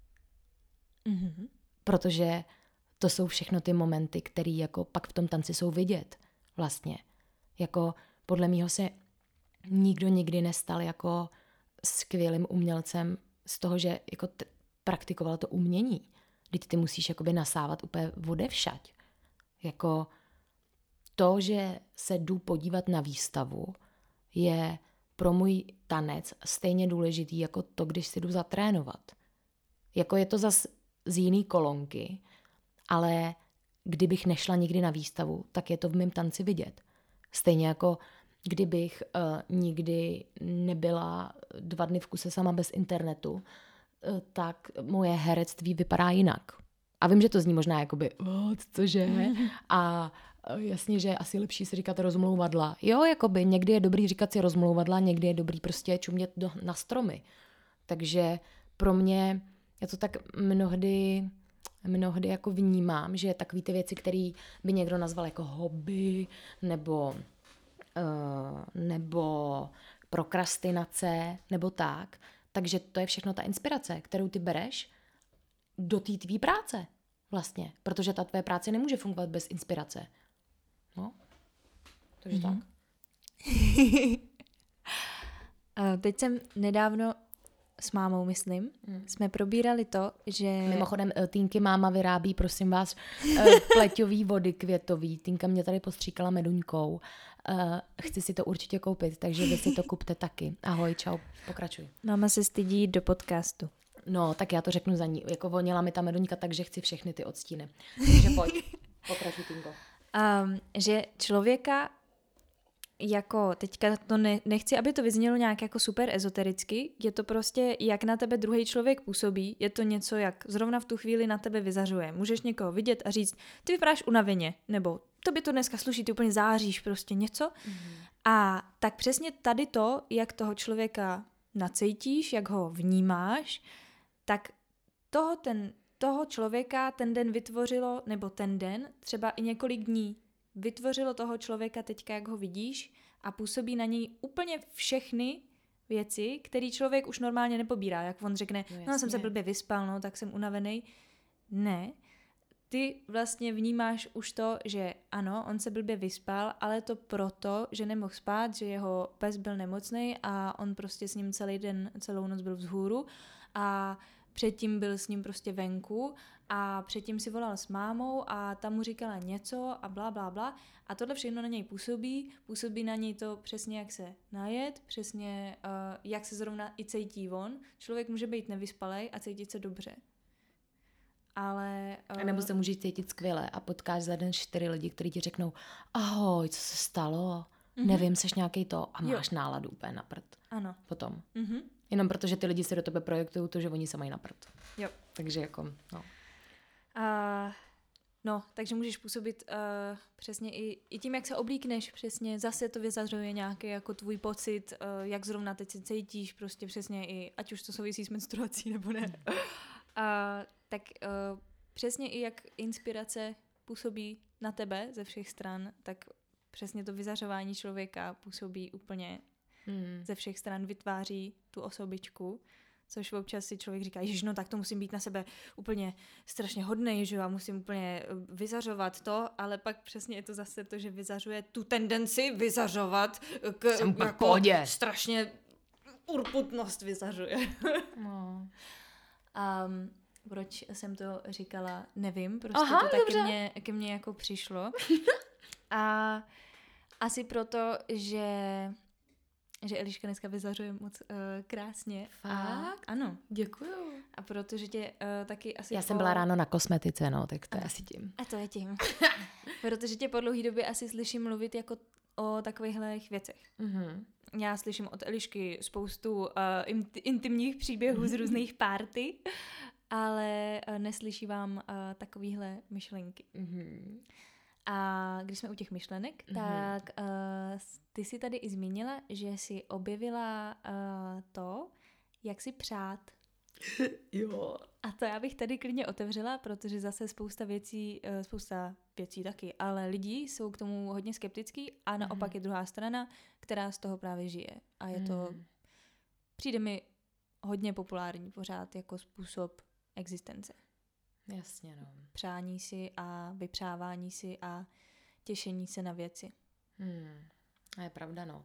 Speaker 2: Protože to jsou všechno ty momenty, které jako pak v tom tanci jsou vidět. Vlastně. Jako podle mýho se nikdo nikdy nestal jako skvělým umělcem z toho, že jako praktikoval to umění. Vždyť ty musíš jakoby nasávat úplně odevšať. Jako to, že se jdu podívat na výstavu, je pro můj tanec stejně důležitý jako to, když si jdu zatrénovat. Jako je to zas z jiný kolonky, ale kdybych nešla nikdy na výstavu, tak je to v mém tanci vidět. Stejně jako kdybych nikdy nebyla 2 dny v kuse sama bez internetu, tak moje herectví vypadá jinak. A vím, že to zní možná jakoby, cože? A jasně, že je asi lepší si říkat rozmlouvadla. Jo, jakoby někdy je dobrý říkat si rozmlouvadla, někdy je dobrý prostě čumět na stromy. Takže pro mě, já to tak mnohdy jako vnímám, že takový ty věci, které by někdo nazval jako hobby, nebo nebo prokrastinace, nebo tak. Takže to je všechno ta inspirace, kterou ty bereš do té tvý práce vlastně. Protože ta tvoje práce nemůže fungovat bez inspirace. No. Takže tak.
Speaker 3: Teď jsem nedávno s mámou, myslím, jsme probírali to, že...
Speaker 2: Mimochodem, Týnky máma vyrábí, prosím vás, pleťový vody květový. Týnka mě tady postříkala meduňkou. Chci si to určitě koupit, takže vy si to kupte taky. Ahoj, čau, pokračuj.
Speaker 3: Máma se stydí jít do podcastu.
Speaker 2: No, tak já to řeknu za ní. Jako voněla mi ta meduňka, takže chci všechny ty odstíny. Takže pojď, pokračuj, Týnko.
Speaker 3: Že člověka jako, teďka to nechci, aby to vyznělo nějak jako super ezotericky, je to prostě, jak na tebe druhý člověk působí, je to něco, jak zrovna v tu chvíli na tebe vyzařuje. Můžeš někoho vidět a říct, ty vypadáš unaveně, nebo tobě to dneska sluší, ty úplně záříš, prostě něco. A tak přesně tady to, jak toho člověka nacítíš, jak ho vnímáš, tak toho člověka ten den vytvořilo, nebo ten den, třeba i několik dní, vytvořilo toho člověka teďka, jak ho vidíš, a působí na něj úplně všechny věci, které člověk už normálně nepobírá. Jak on řekne, no jsem se blbě vyspal, no tak jsem unavený. Ne, ty vlastně vnímáš už to, že ano, on se blbě vyspal, ale to proto, že nemohl spát, že jeho pes byl nemocný a on prostě s ním celou noc byl vzhůru a předtím byl s ním prostě venku a předtím si volal s mámou a ta mu říkala něco a blá, blá, blá. A tohle všechno na něj působí na něj to přesně, jak se najet, přesně jak se zrovna i cítí on. Člověk může být nevyspalej a cítit se dobře. Ale...
Speaker 2: A nebo se můžeš cítit skvěle a potkáš za den 4 lidi, kteří ti řeknou, ahoj, co se stalo? Nevím, seš nějaký to a máš náladu úplně na prd.
Speaker 3: Ano.
Speaker 2: Potom. Jenom protože ty lidi se do tebe projektují to, že oni se mají na prd.
Speaker 3: Jo.
Speaker 2: Takže jako, no.
Speaker 3: No, takže můžeš působit přesně i tím, jak se oblíkneš, přesně zase to vyzařuje nějaký jako tvůj pocit, jak zrovna teď se cítíš, prostě přesně i, ať už to souvisí s menstruací nebo ne. Tak přesně i jak inspirace působí na tebe ze všech stran, tak přesně to vyzařování člověka působí úplně ze všech stran, vytváří tu osobičku, což občas si člověk říká, ježiš, no tak to musím být na sebe úplně strašně hodnej, že jo, a musím úplně vyzařovat to, ale pak přesně je to zase to, že vyzařuje tu tendenci vyzařovat jako strašně urputnost vyzařuje.
Speaker 2: No.
Speaker 3: Proč jsem to říkala, nevím, prostě to tak ke mně jako přišlo. A asi proto, že Eliška dneska vyzařuje moc krásně.
Speaker 2: Fakt?
Speaker 3: Ano.
Speaker 2: Děkuju.
Speaker 3: A protože tě taky asi...
Speaker 2: Já jsem byla ráno na kosmetice, no, tak to je asi tím.
Speaker 3: A to je tím. Protože tě po dlouhý době asi slyším mluvit jako o takovýchhle věcech. Já slyším od Elišky spoustu intimních příběhů z různých party, ale neslyším takovýhle myšlenky. A když jsme u těch myšlenek, tak ty si tady i zmínila, že jsi objevila to, jak si přát.
Speaker 2: Jo.
Speaker 3: A to já bych tady klidně otevřela, protože zase spousta věcí taky, ale lidi jsou k tomu hodně skeptický a naopak je druhá strana, která z toho právě žije. A je to, přijde mi hodně populární pořád jako způsob existence.
Speaker 2: Jasně, no.
Speaker 3: Přání si a vypřávání si a těšení se na věci.
Speaker 2: To je pravda, no.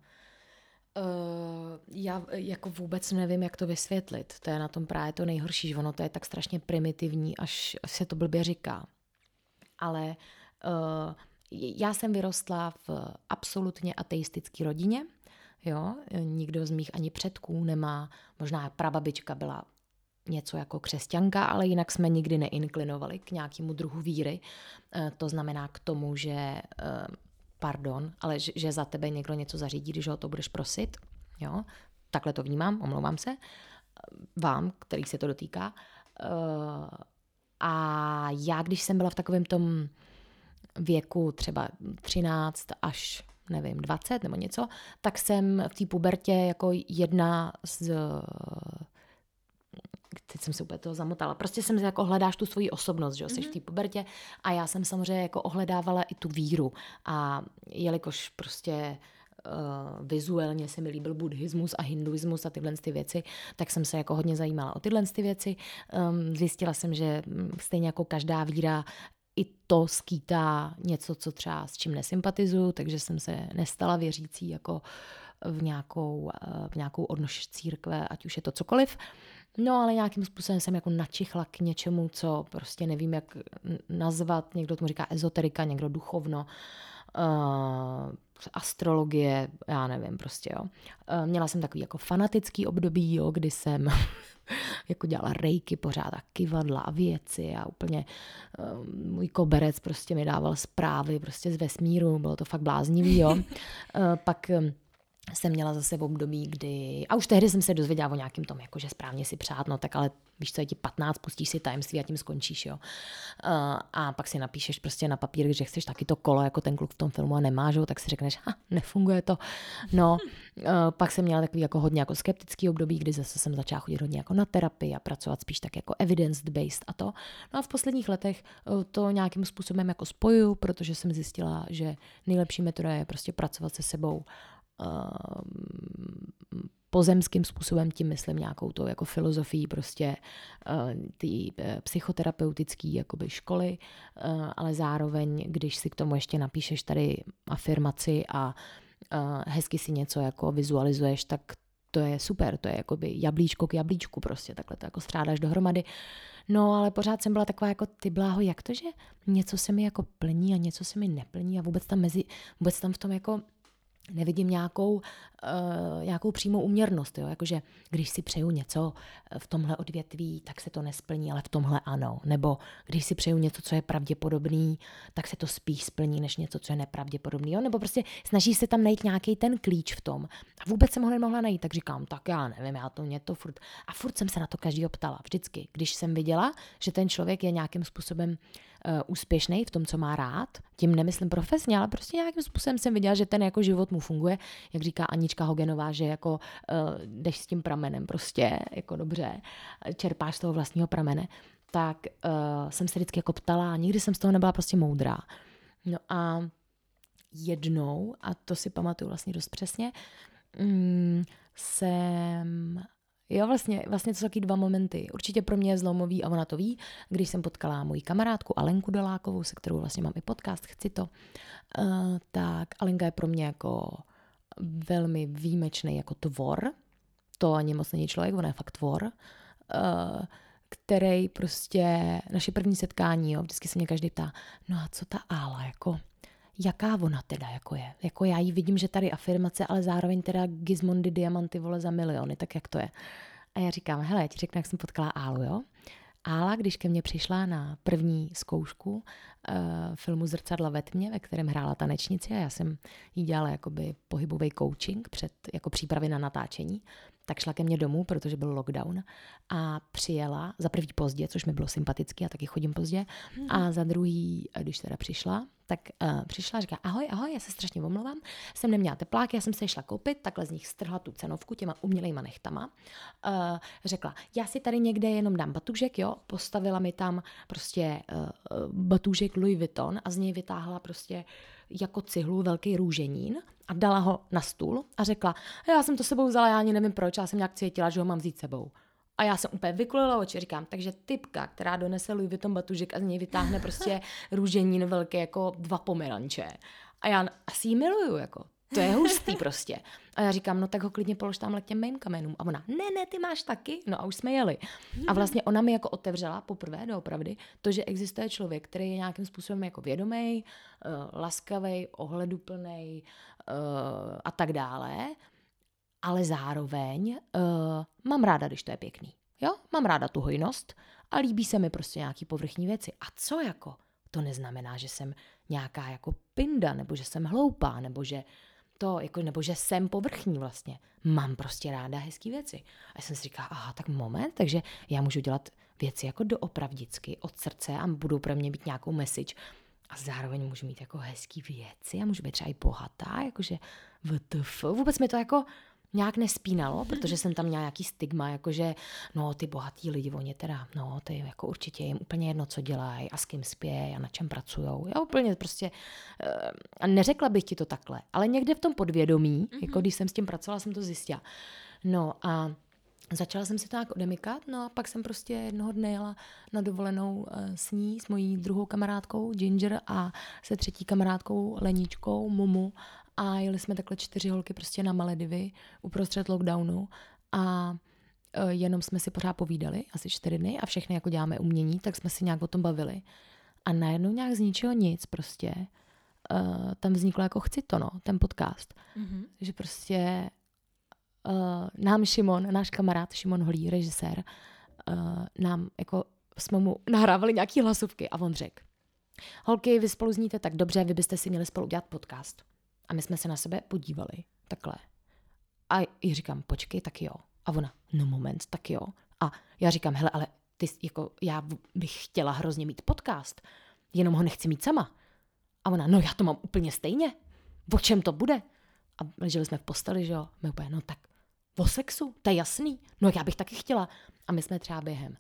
Speaker 2: Já jako vůbec nevím, jak to vysvětlit. To je na tom právě to nejhorší, že ono to je tak strašně primitivní, až se to blbě říká. Ale já jsem vyrostla v absolutně ateistické rodině. Jo? Nikdo z mých ani předků nemá, možná prababička byla něco jako křesťanka, ale jinak jsme nikdy neinklinovali k nějakému druhu víry. To znamená k tomu, že ale že za tebe někdo něco zařídí, když ho to budeš prosit. Jo? Takhle to vnímám, omlouvám se. Vám, který se to dotýká. A já, když jsem byla v takovém tom věku třeba 13 až, nevím, 20 nebo něco, tak jsem v té pubertě jako jedna z... Teď jsem se úplně toho zamotala. Prostě jsem jako hledáš tu svoji osobnost, že jo, jsi v té pubertě a já jsem samozřejmě jako ohledávala i tu víru a jelikož prostě vizuálně se mi líbil buddhismus a hinduismus a tyhle ty věci, tak jsem se jako hodně zajímala o tyhle ty věci. Zjistila jsem, že stejně jako každá víra, i to skýtá něco, co třeba s čím nesympatizuju, takže jsem se nestala věřící jako v nějakou odnož církve, ať už je to cokoliv. No, ale nějakým způsobem jsem jako načichla k něčemu, co prostě nevím, jak nazvat. Někdo tomu říká ezoterika, někdo duchovno, astrologie, já nevím prostě, jo. Měla jsem takový jako fanatický období, jo, kdy jsem jako dělala rejky pořád a kyvadla a věci a úplně můj koberec prostě mi dával zprávy prostě z vesmíru, bylo to fakt bláznivý, jo. Pak jsem měla zase v období, kdy, a už tehdy jsem se dozvěděla o nějakým tom, jakože správně si přát, no tak ale víš co, je ti 15, pustíš si tajemství a tím skončíš, jo. A pak si napíšeš prostě na papír, že chceš taky to kolo, jako ten kluk v tom filmu a nemáš ho, tak si řekneš, nefunguje to. No, pak jsem měla takový jako hodně jako skeptický období, kdy zase jsem začala chodit hodně jako na terapii a pracovat spíš tak jako evidence-based a to. No a v posledních letech to nějakým způsobem jako spojuju, protože jsem zjistila, že nejlepší metoda je prostě pracovat se sebou pozemským způsobem, tím myslím nějakou to jako filozofii prostě ty psychoterapeutický jakoby školy, ale zároveň, když si k tomu ještě napíšeš tady afirmaci a hezky si něco jako vizualizuješ, tak to je super, to je jakoby jablíčko k jablíčku prostě, takhle to jako střádáš dohromady. No, ale pořád jsem byla taková jako ty bláho, jak to, že něco se mi jako plní a něco se mi neplní a vůbec tam v tom jako nevidím nějakou přímou úměrnost, jo? Jakože když si přeju něco v tomhle odvětví, tak se to nesplní, ale v tomhle ano. Nebo když si přeju něco, co je pravděpodobný, tak se to spíš splní, než něco, co je nepravděpodobný. Jo? Nebo prostě snaží se tam najít nějaký ten klíč v tom. A vůbec jsem ho nemohla najít, tak říkám, tak já nevím, mě to furt. A furt jsem se na to každý ptala, vždycky. Když jsem viděla, že ten člověk je nějakým způsobem úspěšný v tom, co má rád, tím nemyslím profesně, ale prostě nějakým způsobem jsem viděla, že ten jako život mu funguje, jak říká Anička Hogenová, že jako jdeš s tím pramenem prostě, jako dobře, čerpáš z toho vlastního pramene, tak jsem se vždycky jako ptala a nikdy jsem z toho nebyla prostě moudrá. No a jednou, a to si pamatuju vlastně dost přesně, vlastně to jsou taky 2 momenty. Určitě pro mě je zlomový a ona to ví, když jsem potkala moji kamarádku Alenku Dolákovou, se kterou vlastně mám i podcast, chci to, tak Alenka je pro mě jako velmi výjimečný jako tvor. To ani moc není člověk, ona je fakt tvor, který prostě, naše první setkání, jo, vždycky se mě každý ptá, no a co ta Ála, jako jaká ona teda jako je? Jako já jí vidím, že tady afirmace, ale zároveň teda Gizmondy diamanty vole za miliony, tak jak to je? A já říkám, hele, já ti řeknu, jak jsem potkala Álu, jo? Ála, když ke mně přišla na první zkoušku filmu Zrcadla ve tmě, ve kterém hrála tanečnici a já jsem jí dělala jakoby pohybový coaching před jako přípravy na natáčení, tak šla ke mně domů, protože byl lockdown a přijela za první pozdě, což mi bylo sympatický, já taky chodím pozdě, a za druhý, když teda přišla, tak přišla a říká, ahoj, já se strašně omlouvám, jsem neměla tepláky, já jsem se šla koupit, takhle z nich strhla tu cenovku těma umělejma nechtama. Řekla, já si tady někde jenom dám batůžek, jo, postavila mi tam prostě batůžek Louis Vuitton a z něj vytáhla prostě jako cihlu velký růženín a dala ho na stůl a řekla, já jsem to sebou vzala, já ani nevím proč, já jsem nějak cítila, že ho mám vzít sebou. A já jsem úplně vykulila oči, říkám, takže typka, která donese Louis Vuitton batužek a z něj vytáhne prostě růženín velké jako 2 pomeranče. A já asi jí miluju, jako. To je hustý prostě. A já říkám, no tak ho klidně polož tamhle k těm mým kamenům. A ona, ne, ty máš taky. No a už jsme jeli. A vlastně ona mi jako otevřela poprvé, doopravdy, to, že existuje člověk, který je nějakým způsobem jako vědomý, laskavý, ohleduplný a tak dále. Ale zároveň mám ráda, když to je pěkný. Jo? Mám ráda tu hojnost a líbí se mi prostě nějaký povrchní věci. A co jako? To neznamená, že jsem nějaká jako pinda, nebo že jsem hloupá, nebo že jsem povrchní vlastně. Mám prostě ráda hezký věci. A já jsem si říkala, aha, tak moment, takže já můžu dělat věci jako doopravdicky, od srdce a budou pro mě mít nějakou message. A zároveň můžu mít jako hezký věci a můžu být třeba i bohatá, jakože vůbec mi to jako nějak nespínalo, protože jsem tam měla nějaký stigma, jakože no ty bohatý lidi, oni teda, no ty jako určitě jim úplně jedno, co dělají a s kým spějí a na čem pracujou. Já úplně prostě, a neřekla bych ti to takhle, ale někde v tom podvědomí, jako když jsem s tím pracovala, jsem to zjistila. No a začala jsem si to nějak odemykat, no a pak jsem prostě jednoho dne jela na dovolenou s ní, s mojí druhou kamarádkou Ginger a se třetí kamarádkou Leničkou, Mumu, a jeli jsme takhle 4 holky prostě na Maledivy uprostřed lockdownu a jenom jsme si pořád povídali, asi 4 dny a všechny jako děláme umění, tak jsme si nějak o tom bavili. A najednou nějak z ničeho nic prostě tam vzniklo jako chci to, no, ten podcast. Že prostě nám Šimon, náš kamarád Šimon Holý, režisér, nám jako jsme mu nahrávali nějaký hlasovky a on řekl: holky, vy spolu zníte tak dobře, vy byste si měli spolu udělat podcast. A my jsme se na sebe podívali takhle. A já říkám, počkej, tak jo. A ona, no moment, tak jo. A já říkám, hele, ale ty, jako, já bych chtěla hrozně mít podcast, jenom ho nechci mít sama. A ona, no já to mám úplně stejně. O čem to bude? A leželi jsme v posteli, že jo. My úplně, no tak o sexu, to je jasný. No já bych taky chtěla. A my jsme třeba během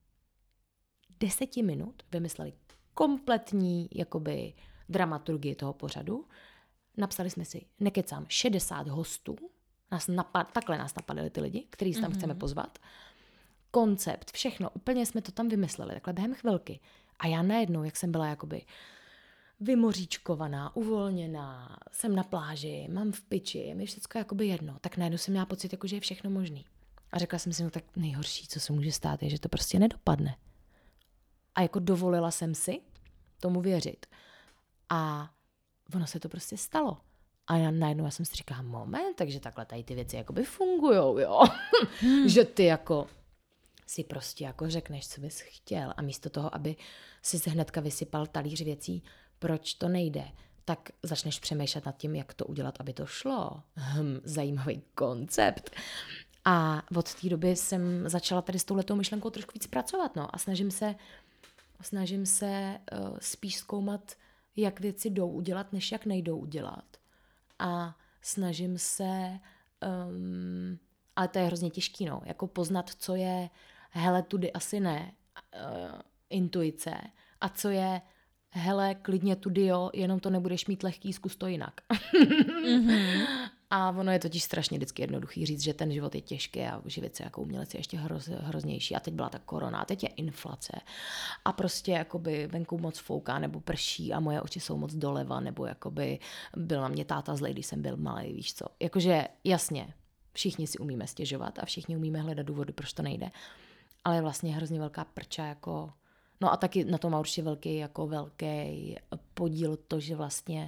Speaker 2: 10 minut vymysleli kompletní jakoby dramaturgii toho pořadu. Napsali jsme si, nekecám, 60 hostů. Takhle nás napadali ty lidi, který si tam chceme pozvat. Koncept, všechno, úplně jsme to tam vymysleli, takhle během chvilky. A já najednou, jak jsem byla jakoby vymoříčkovaná, uvolněná, jsem na pláži, mám v piči, je mi všecko jakoby jedno, tak najednou jsem měla pocit, jako, že je všechno možný. A řekla jsem si, no tak nejhorší, co se může stát, je, že to prostě nedopadne. A jako dovolila jsem si tomu věřit. A ono se to prostě stalo. A najednou já jsem si říkala, moment, takže takhle tady ty věci jakoby fungujou, jo. Že ty jako si prostě jako řekneš, co bys chtěl a místo toho, aby si hnedka vysypal talíř věcí, proč to nejde, tak začneš přemýšlet nad tím, jak to udělat, aby to šlo. Zajímavý koncept. A od té doby jsem začala tady s touhletou myšlenkou trošku víc pracovat, no, a snažím se spíš zkoumat, jak věci jdou udělat, než jak nejdou udělat. A snažím se, ale to je hrozně těžký, no, jako poznat, co je hele, tudy asi ne, intuice, a co je hele, klidně tudy jo, jenom to nebudeš mít lehký, zkus to jinak. A ono je totiž strašně vždycky jednoduchý říct, že ten život je těžký a živit se jako umělec je ještě hroznější. A teď byla ta korona, a teď je inflace. A prostě jakoby venku moc fouká nebo prší a moje oči jsou moc doleva, nebo jakoby byl na mě táta zlej, když jsem byl malej, víš co. Jakože jasně, všichni si umíme stěžovat a všichni umíme hledat důvody, proč to nejde. Ale je vlastně hrozně velká prča jako... No a taky na tom má určitě velký podíl to, že vlastně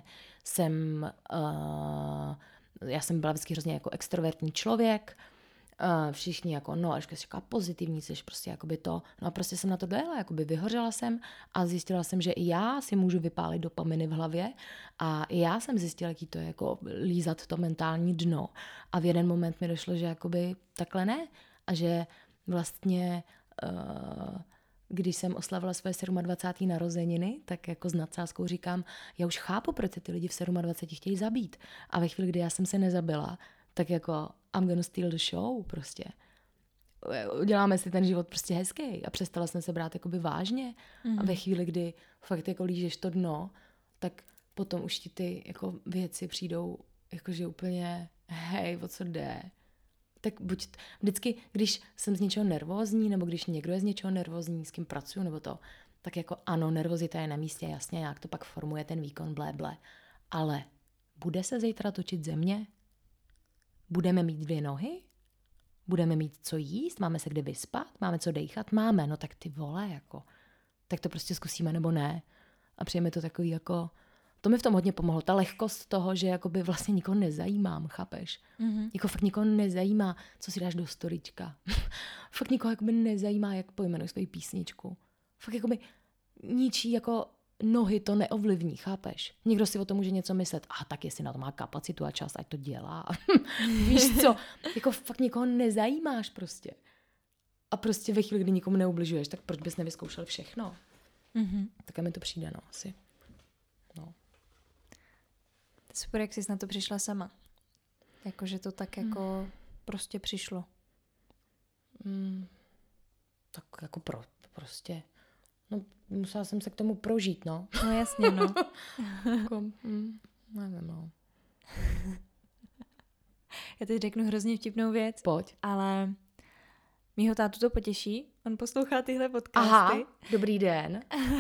Speaker 2: já jsem byla vždycky hrozně jako extrovertní člověk, všichni jako, no a jsi taková pozitivní, jsi prostě jakoby to, no a prostě jsem na to dojela, jakoby vyhořela jsem a zjistila jsem, že i já si můžu vypálit dopaminy v hlavě a i já jsem zjistila, jaký to je jako lízat to mentální dno a v jeden moment mi došlo, že jakoby takhle ne a že vlastně... Když jsem oslavila své 27. narozeniny, tak jako s nadsázkou říkám, já už chápu, proč se ty lidi v 27 chtějí zabít. A ve chvíli, kdy já jsem se nezabila, tak jako I'm gonna steal the show prostě. Uděláme si ten život prostě hezký a přestala jsem se brát jakoby vážně. A ve chvíli, kdy fakt jako lížeš to dno, tak potom už ti ty jako věci přijdou jakože úplně hej, o co jde. Tak buď vždycky, když jsem z něčeho nervózní, nebo když někdo je z něčeho nervózní, s kým pracuju, nebo to, tak jako ano, nervozita je na místě, jasně, jak to pak formuje ten výkon, ble. Ale bude se zítra točit země? Budeme mít 2 nohy? Budeme mít co jíst? Máme se kde vyspat? Máme co dejchat? Máme, no tak ty vole, jako. Tak to prostě zkusíme, nebo ne. A přijeme to takový jako... To mi v tom hodně pomohlo. Ta lehkost toho, že jakoby vlastně nikoho nezajímám, chápeš? Jako fakt nikoho nezajímá, co si dáš do storyčka. Fakt nikoho jakoby nezajímá, jak pojmenuješ svoji písničku. Fakt jakoby ničí jako nohy to neovlivní, chápeš? Někdo si o tom může něco myslet. Tak jestli na to má kapacitu a čas, ať to dělá. Víš co? Jako fakt nikoho nezajímáš prostě. A prostě ve chvíli, kdy nikomu neubližuješ, tak proč bys nevyzkoušel všechno? Tak mi to přijde, no, asi. No.
Speaker 3: Super, jak jsi na to přišla sama. Jakože to tak jako prostě přišlo.
Speaker 2: Tak jako prostě. No, musela jsem se k tomu prožít, no.
Speaker 3: No jasně, no.
Speaker 2: Jako, nevím, no.
Speaker 3: Já teď řeknu hrozně vtipnou věc.
Speaker 2: Pojď.
Speaker 3: Ale mýho tátu to potěší. On poslouchá tyhle podcasty.
Speaker 2: Aha, dobrý den.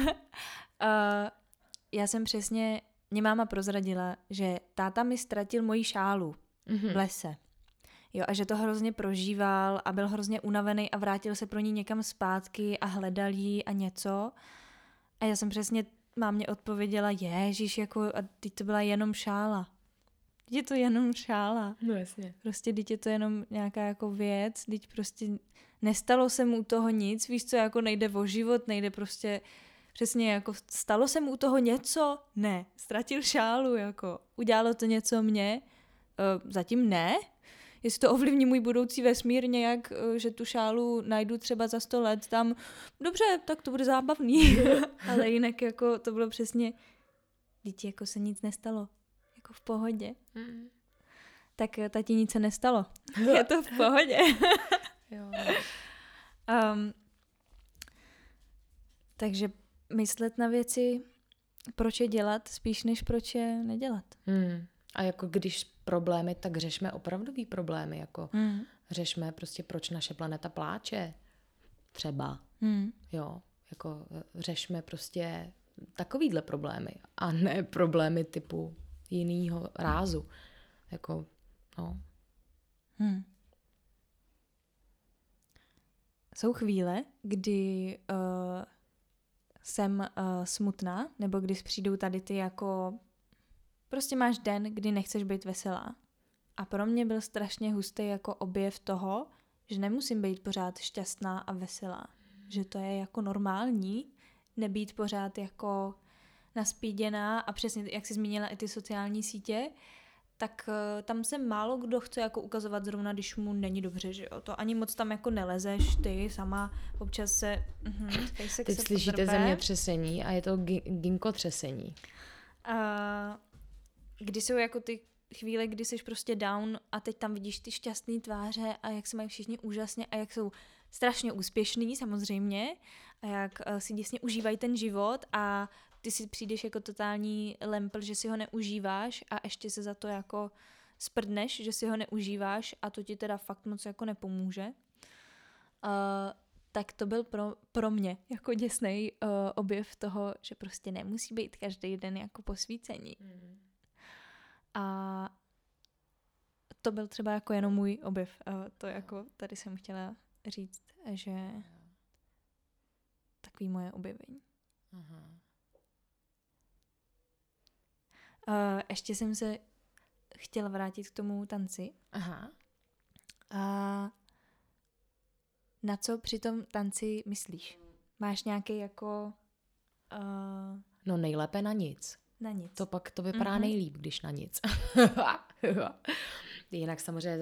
Speaker 3: Já jsem přesně, mě máma prozradila, že táta mi ztratil moji šálu v lese. Jo, a že to hrozně prožíval a byl hrozně unavený a vrátil se pro ní někam zpátky a hledal jí a něco. A já jsem přesně mámě odpověděla, ježiš, jako, a teď to byla jenom šála. Teď je to jenom šála.
Speaker 2: No jasně.
Speaker 3: Prostě teď je to jenom nějaká jako věc, teď prostě nestalo se mu u toho nic, víš co, jako nejde o život, nejde prostě přesně jako stalo se mu u toho něco? Ne, ztratil šálu, jako udělalo to něco mně? Zatím ne. Jestli to ovlivní můj budoucí vesmír nějak, že tu šálu najdu třeba za 100 let tam, dobře, tak to bude zábavný. Ale jinak jako to bylo přesně, dítě jako se nic nestalo. Jako v pohodě. Tak tati nic se nestalo. Je to v pohodě.
Speaker 2: Jo.
Speaker 3: Takže myslet na věci, proč je dělat, spíš než proč je nedělat.
Speaker 2: A jako když problémy, tak řešme opravdový problémy. Jako řešme prostě, proč naše planeta pláče. Třeba. Jo. Jako řešme prostě takovýhle problémy. A ne problémy typu jinýho rázu. Jako, no.
Speaker 3: Jsou chvíle, kdy jsem smutná, nebo když přijdou tady ty jako prostě máš den, kdy nechceš být veselá. A pro mě byl strašně hustý jako objev toho, že nemusím být pořád šťastná a veselá. Že to je jako normální, nebýt pořád jako naspíděná a přesně, jak jsi zmínila i ty sociální sítě, tak tam se málo kdo chce jako ukazovat zrovna, když mu není dobře, že jo. To ani moc tam jako nelezeš, ty sama občas se...
Speaker 2: Teď slyšíte zemětřesení a je to ginkotřesení.
Speaker 3: Kdy jsou jako ty chvíle, kdy jsi prostě down a teď tam vidíš ty šťastné tváře a jak se mají všichni úžasně a jak jsou strašně úspěšný samozřejmě a jak si děsně užívají ten život a ty si přijdeš jako totální lempl, že si ho neužíváš a ještě se za to jako sprdneš, že si ho neužíváš a to ti teda fakt moc jako nepomůže. Tak to byl pro mě jako děsnej objev toho, že prostě nemusí být každý den jako posvícení. A to byl třeba jako jenom můj objev. To jako tady jsem chtěla říct, že takový moje objevení. Ještě jsem se chtěla vrátit k tomu tanci. A na co při tom tanci myslíš? Máš nějaký jako...
Speaker 2: No nejlépe na nic.
Speaker 3: Na nic.
Speaker 2: To pak to vypadá nejlíp, když na nic. Jinak samozřejmě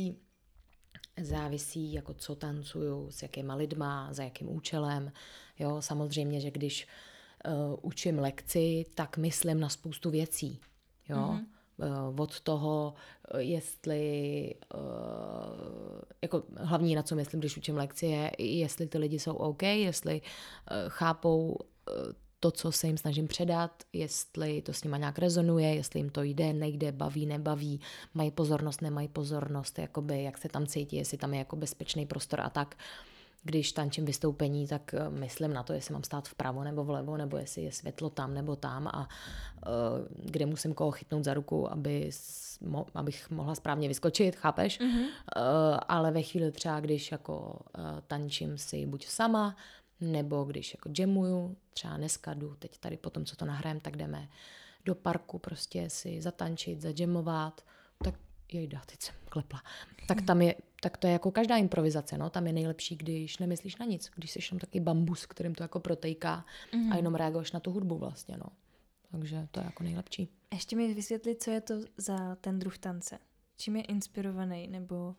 Speaker 2: závisí jako co tancuju, s jakýma lidma, za jakým účelem. Jo, samozřejmě, že když učím lekci, tak myslím na spoustu věcí. Jo. Od toho, jestli jako hlavní, na co myslím, když učím lekci, je, jestli ty lidi jsou OK, jestli chápou to, co se jim snažím předat, jestli to s nima nějak rezonuje, jestli jim to jde, nejde, baví, nebaví, mají pozornost, nemají pozornost, jakoby, jak se tam cítí, jestli tam je jako bezpečný prostor a tak. Když tančím vystoupení, tak myslím na to, jestli mám stát vpravo nebo vlevo, nebo jestli je světlo tam nebo tam a kde musím koho chytnout za ruku, abych mohla správně vyskočit, chápeš? Ale ve chvíli třeba, když jako tančím si buď sama, nebo když jako jamuju, třeba dneska jdu, teď tady potom, co to nahrajem, tak jdeme do parku prostě si zatančit, zadžemovat, tak jejda, teď jsem klepla. Tak to je jako každá improvizace, no, tam je nejlepší, když nemyslíš na nic, když jsi tam taky bambus, kterým to jako protejká a jenom reaguješ na tu hudbu vlastně, no. Takže to je jako nejlepší.
Speaker 3: Ještě mi vysvětlit, co je to za ten druh tance. Čím je inspirovaný, nebo...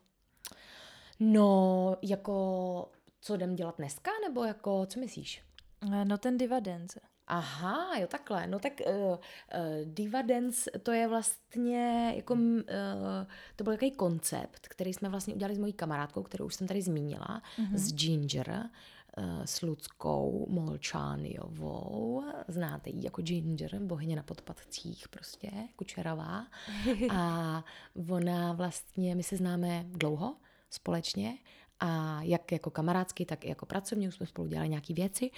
Speaker 2: No, jako co jdem dělat dneska, nebo jako, co myslíš?
Speaker 3: No ten diva dance.
Speaker 2: Aha, jo, takhle. No tak Diva Dance, to je vlastně jako, to byl takový koncept, který jsme vlastně udělali s mojí kamarádkou, kterou už jsem tady zmínila, s Ginger, s Luckou Molčániovou. Znáte ji jako Ginger, bohyně na podpatcích prostě, Kučerová. A ona vlastně, my se známe dlouho společně a jak jako kamarádsky, tak i jako pracovně, už jsme spolu dělali nějaký věci.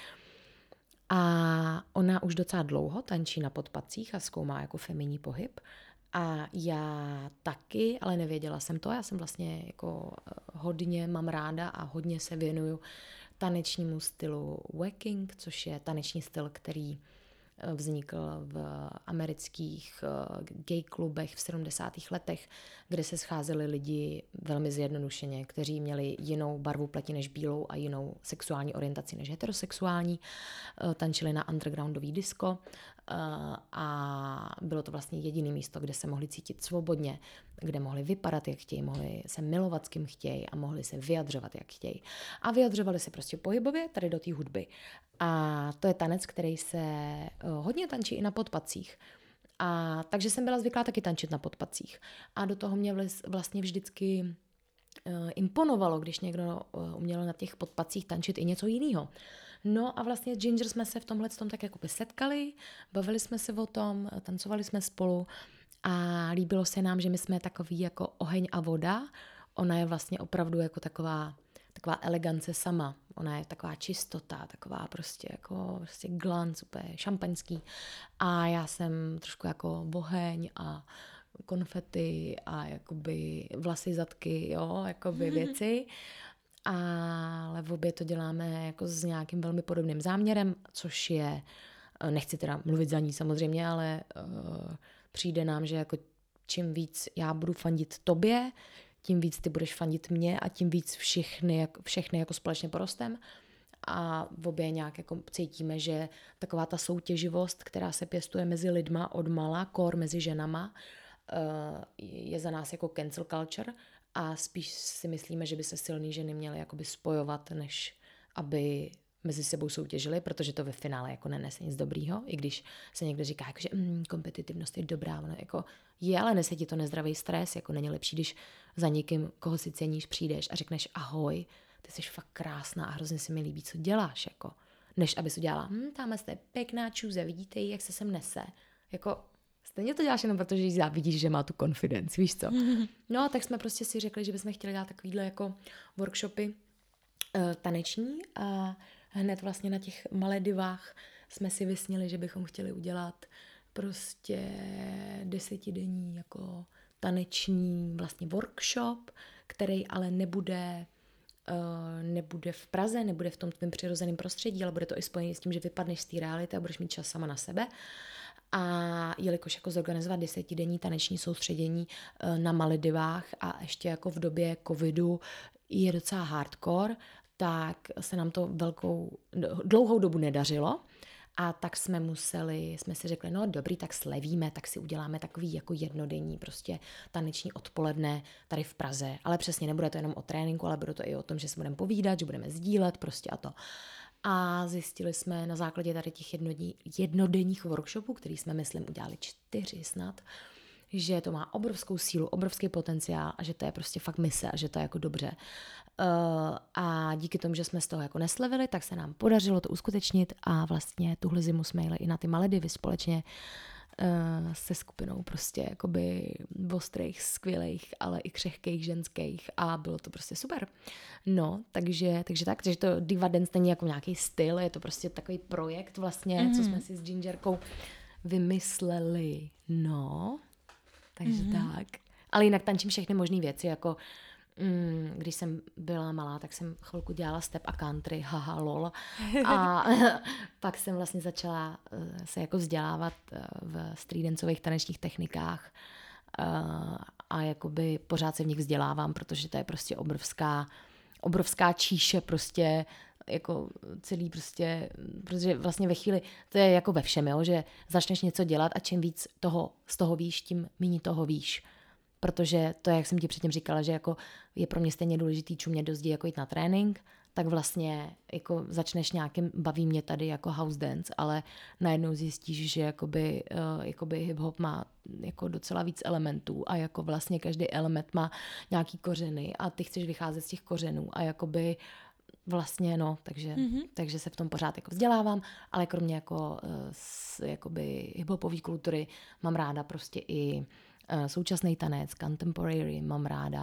Speaker 2: A ona už docela dlouho tančí na podpatcích a zkoumá jako feminní pohyb. A já taky, ale nevěděla jsem to. Já jsem vlastně jako hodně mám ráda a hodně se věnuju tanečnímu stylu wacking, což je taneční styl, který vznikl v amerických gay klubech v 70. letech, kde se scházeli lidi velmi zjednodušeně, kteří měli jinou barvu pleti než bílou a jinou sexuální orientaci než heterosexuální. Tančili na undergroundový disco a bylo to vlastně jediné místo, kde se mohli cítit svobodně, kde mohli vypadat, jak chtějí, mohli se milovat, s kým chtějí a mohli se vyjadřovat, jak chtějí. A vyjadřovali se prostě pohybově tady do té hudby. A to je tanec, který se hodně tančí i na podpatcích. A takže jsem byla zvyklá taky tančit na podpatcích. A do toho mě vlastně vždycky imponovalo, když někdo uměl na těch podpatcích tančit i něco jiného. No a vlastně Ginger jsme se v tomhle tak jako setkali, bavili jsme se o tom, tancovali jsme spolu a líbilo se nám, že my jsme takový jako oheň a voda. Ona je vlastně opravdu jako taková elegance sama. Ona je taková čistota, taková prostě glanc, úplně šampaňský. A já jsem trošku jako oheň a konfety a jakoby vlasy, zadky, jo, jakoby věci. Ale v obě to děláme jako s nějakým velmi podobným záměrem, což je, nechci teda mluvit za ní samozřejmě, ale přijde nám, že jako čím víc já budu fandit tobě, tím víc ty budeš fandit mě a tím víc všechny jako společně porostem. A v obě nějak jako cítíme, že taková ta soutěživost, která se pěstuje mezi lidma odmala, kor mezi ženama, je za nás jako cancel culture a spíš si myslíme, že by se silné ženy měly jakoby spojovat, než aby mezi sebou soutěžili, protože to ve finále jako nenese nic dobrýho, i když se někdo říká, jako, že kompetitivnost je dobrá, ono jako je, ale nese ti to nezdravý stres, jako není lepší, když za někým, koho si ceníš, přijdeš a řekneš ahoj, ty jsi fakt krásná a hrozně se mi líbí, co děláš, jako, než abys udělala, tamhle jste pěkná čůze, vidíte ji, jak se sem nese, jako stejně to děláš jenom protože jí závidíš, že má tu confidence, víš co. No, tak jsme prostě si řekli, že bychom chtěli dělat takovýhle jako workshopy taneční a hned vlastně na těch Maledivách jsme si vysnili, že bychom chtěli udělat prostě 10denní jako taneční vlastně workshop, který ale nebude v Praze, nebude v tom tvém přirozeném prostředí, ale bude to i spojené s tím, že vypadneš z té reality a budeš mít čas sama na sebe. A jelikož jako zorganizovat 10denní taneční soustředění na Maledivách a ještě jako v době covidu je docela hardcore, tak se nám to dlouhou dobu nedařilo a tak jsme si řekli, no dobrý, tak slevíme, tak si uděláme takový jako jednodenní prostě taneční odpoledne tady v Praze, ale přesně nebude to jenom o tréninku, ale bude to i o tom, že se budeme povídat, že budeme sdílet prostě a to. A zjistili jsme na základě tady těch jednodenních workshopů, který jsme, myslím, udělali 4 snad, že to má obrovskou sílu, obrovský potenciál a že to je prostě fakt mise a že to je jako dobře. A díky tomu, že jsme z toho jako neslevili, tak se nám podařilo to uskutečnit a vlastně tuhle zimu jsme jeli i na ty Maledivy společně se skupinou prostě jakoby ostrých, skvělých, ale i křehkých ženských a bylo to prostě super. No, takže to Diva Dance není jako nějaký styl, je to prostě takový projekt vlastně, co jsme si s Gingerkou vymysleli. No, takže tak. Ale jinak tančím všechny možné věci, jako když jsem byla malá, tak jsem chvilku dělala step a country, haha, lol. A pak jsem vlastně začala se jako vzdělávat v streetdancových tanečních technikách a jakoby pořád se v nich vzdělávám, protože to je prostě obrovská číše prostě jako celý prostě, protože vlastně ve chvíli, to je jako ve všem, jo, že začneš něco dělat a čím víc z toho víš, tím méně toho víš. Protože to, jak jsem ti předtím říkala, že jako je pro mě stejně důležitý čumět do zdi, jako jít na trénink, tak vlastně jako začneš nějakým, baví mě tady jako house dance, ale najednou zjistíš, že jakoby hip-hop má jako docela víc elementů a jako vlastně každý element má nějaký kořeny a ty chceš vycházet z těch kořenů a jakoby vlastně takže se v tom pořád jako vzdělávám, ale kromě jakoby hip-hopové kultury mám ráda prostě i současný tanec, contemporary, mám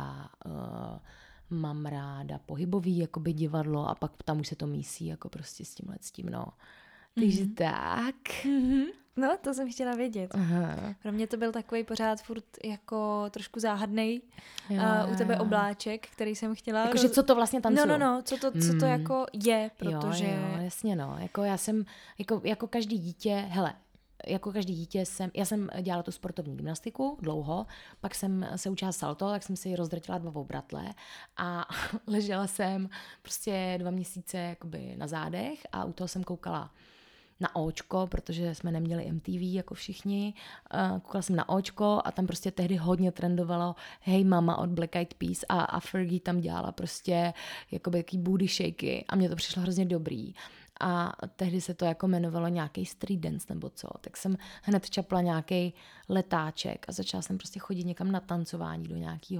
Speaker 2: ráda pohybový jakoby divadlo a pak tam už se to mísí jako prostě s tím, no. Takže tak.
Speaker 3: No, to jsem chtěla vědět.
Speaker 2: Aha.
Speaker 3: Pro mě to byl takový pořád furt jako trošku záhadnej u tebe obláček, který jsem chtěla...
Speaker 2: Jakože co to vlastně tancuju?
Speaker 3: No, co to jako je, protože...
Speaker 2: Jo, jasně no. Jako já jsem, jako každý dítě, já jsem dělala tu sportovní gymnastiku dlouho, pak jsem se učila salto, tak jsem si rozdrtila 2 obratle a ležela jsem prostě 2 měsíce jakoby na zádech a u toho jsem koukala na Očko, protože jsme neměli MTV jako všichni. Koukala jsem na Očko a tam prostě tehdy hodně trendovalo Hey Mama od Black Eyed Peas a Fergie tam dělala prostě jakoby taký booty shaky a mně to přišlo hrozně dobrý. A tehdy se to jako jmenovalo nějaký street dance nebo co, tak jsem hned čapla nějaký letáček a začala jsem prostě chodit někam na tancování do nějaký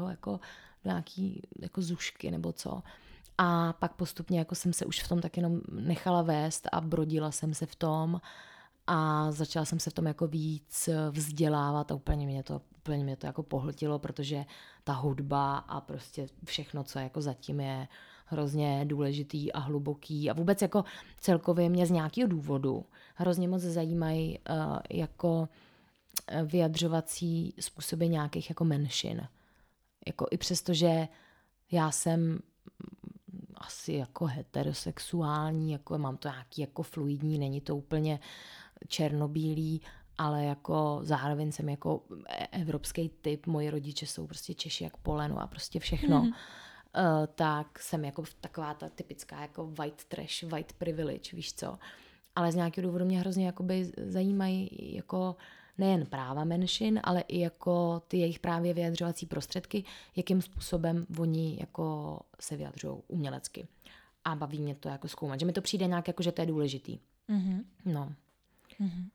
Speaker 2: jako zušky nebo co. A pak postupně jako jsem se už v tom tak jenom nechala vést a brodila jsem se v tom a začala jsem se v tom jako víc vzdělávat a úplně mě to jako pohltilo, protože ta hudba a prostě všechno, co jako zatím je hrozně důležitý a hluboký a vůbec jako celkově mě z nějakého důvodu hrozně moc zajímají jako vyjadřovací způsoby nějakých jako menšin. Jako i přesto, že já jsem asi jako heterosexuální, jako mám to nějaký jako fluidní, není to úplně černobílý, ale jako zároveň jsem jako evropský typ, moji rodiče jsou prostě Češi jak poleno a prostě všechno. Tak jsem jako taková ta typická jako white trash, white privilege, víš co. Ale z nějakého důvodu mě hrozně jakoby zajímají jako nejen práva menšin, ale i jako ty jejich právě vyjadřovací prostředky, jakým způsobem oni jako se vyjadřují umělecky. A baví mě to jako zkoumat, že mi to přijde nějak jako, že to je důležitý.
Speaker 3: Mm-hmm.
Speaker 2: No.
Speaker 3: Mm-hmm.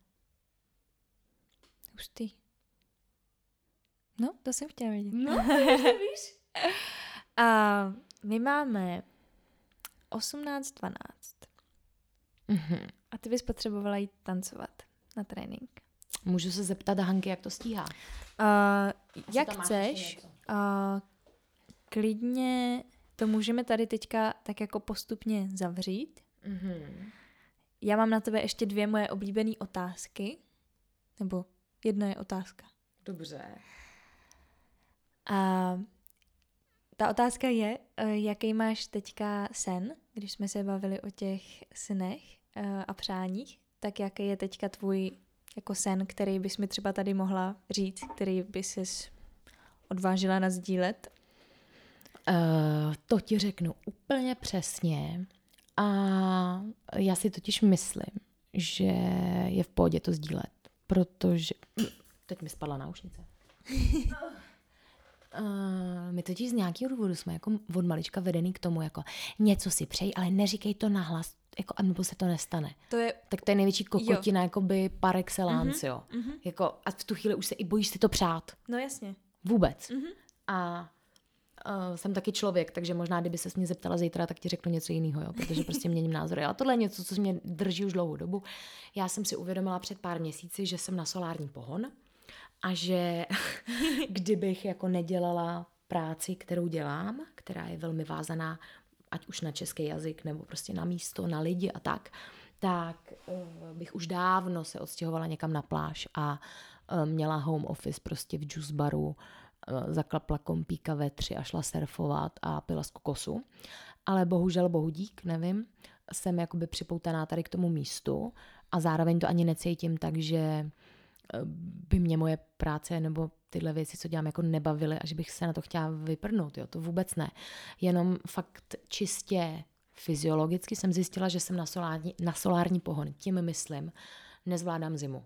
Speaker 3: Hustý. No, to jsem chtěla vědět.
Speaker 2: No, víš.
Speaker 3: A my máme 18:12.
Speaker 2: Mm-hmm.
Speaker 3: A ty bys potřebovala jít tancovat na trénink.
Speaker 2: Můžu se zeptat Hanky, jak to stíhá?
Speaker 3: Jak chceš. Klidně to můžeme tady teďka tak jako postupně zavřít.
Speaker 2: Mm-hmm.
Speaker 3: Já mám na tebe ještě 2 moje oblíbené otázky. Nebo 1 je otázka.
Speaker 2: Dobře.
Speaker 3: Ta otázka je, jaký máš teďka sen, když jsme se bavili o těch snech a přáních, tak jaký je teďka tvůj jako sen, který bys mi třeba tady mohla říct, který by ses odvážila nasdílet?
Speaker 2: To ti řeknu úplně přesně a já si totiž myslím, že je v pohodě to sdílet, protože... Teď mi spadla náušnice. My totiž z nějakého důvodu jsme jako od malička vedený k tomu, jako něco si přej, ale neříkej to nahlas, jako, nebo se to nestane. Tak to je největší kokotina, jakoby par excellence, jo.
Speaker 3: Mm-hmm.
Speaker 2: Jako, a v tu chvíli už se i bojíš si to přát.
Speaker 3: No jasně.
Speaker 2: Vůbec.
Speaker 3: Mm-hmm.
Speaker 2: A jsem taky člověk, takže možná, kdyby ses mě zeptala zítra, tak ti řeknu něco jiného, jo, protože prostě měním názory. Ale tohle je něco, co mě drží už dlouhou dobu. Já jsem si uvědomila před pár měsíci, že jsem na solární pohon a že kdybych jako nedělala práci, kterou dělám, která je velmi vázaná, ať už na český jazyk, nebo prostě na místo, na lidi a tak bych už dávno se odstěhovala někam na pláž a měla home office prostě v juice baru, zaklapla kompíka ve 3 a šla surfovat a pila z kokosu. Ale bohužel, bohudík, nevím, jsem jakoby připoutaná tady k tomu místu a zároveň to ani necítím, takže by mě moje práce nebo tyhle věci, co dělám, jako nebavily a že bych se na to chtěla vyprdnout, jo, to vůbec ne. Jenom fakt čistě fyziologicky jsem zjistila, že jsem na solární pohon. Tím myslím, nezvládám zimu.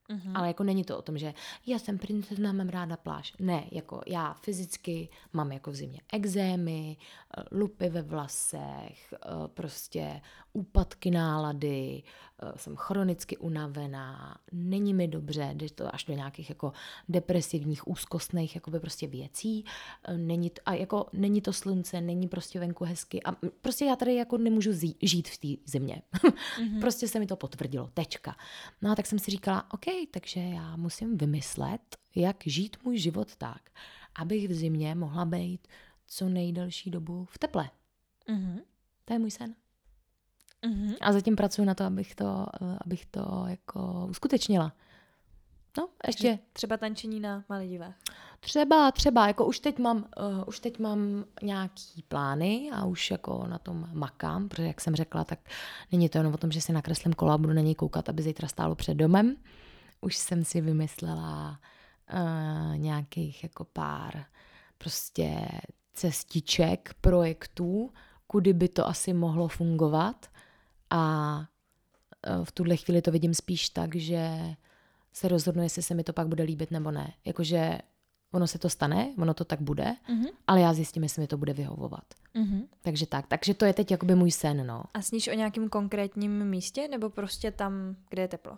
Speaker 2: Ale jako není to o tom, že já jsem princezna, mám ráda pláž. Ne, jako já fyzicky mám jako v zimě ekzémy, lupy ve vlasech, prostě úpadky nálady, jsem chronicky unavená, není mi dobře, jde to až do nějakých jako depresivních, úzkostných jakoby prostě věcí, není to slunce, není prostě venku hezky a prostě já tady jako nemůžu žít v té zimě. Prostě se mi to potvrdilo, tečka. No a tak jsem si říkala, OK, takže já musím vymyslet, jak žít můj život tak, abych v zimě mohla být co nejdelší dobu v teple. To je můj sen. A zatím pracuji na to, abych to jako uskutečnila. No, ještě.
Speaker 3: Třeba tančení na Maledivách.
Speaker 2: Třeba, jako už teď mám nějaký plány a už jako na tom makám, protože jak jsem řekla, tak není to jenom o tom, že si nakreslím kolo a budu na něj koukat, aby zítra stálo před domem. Už jsem si vymyslela nějakých jako pár prostě cestiček, projektů, kudy by to asi mohlo fungovat a v tuhle chvíli to vidím spíš tak, že se rozhodnu, jestli se mi to pak bude líbit nebo ne. Jakože ono se to stane, ono to tak bude, ale já zjistím, jestli mi to bude vyhovovat. Takže to je teď jakoby můj sen, no.
Speaker 3: A sníš o nějakém konkrétním místě, nebo prostě tam, kde je teplo?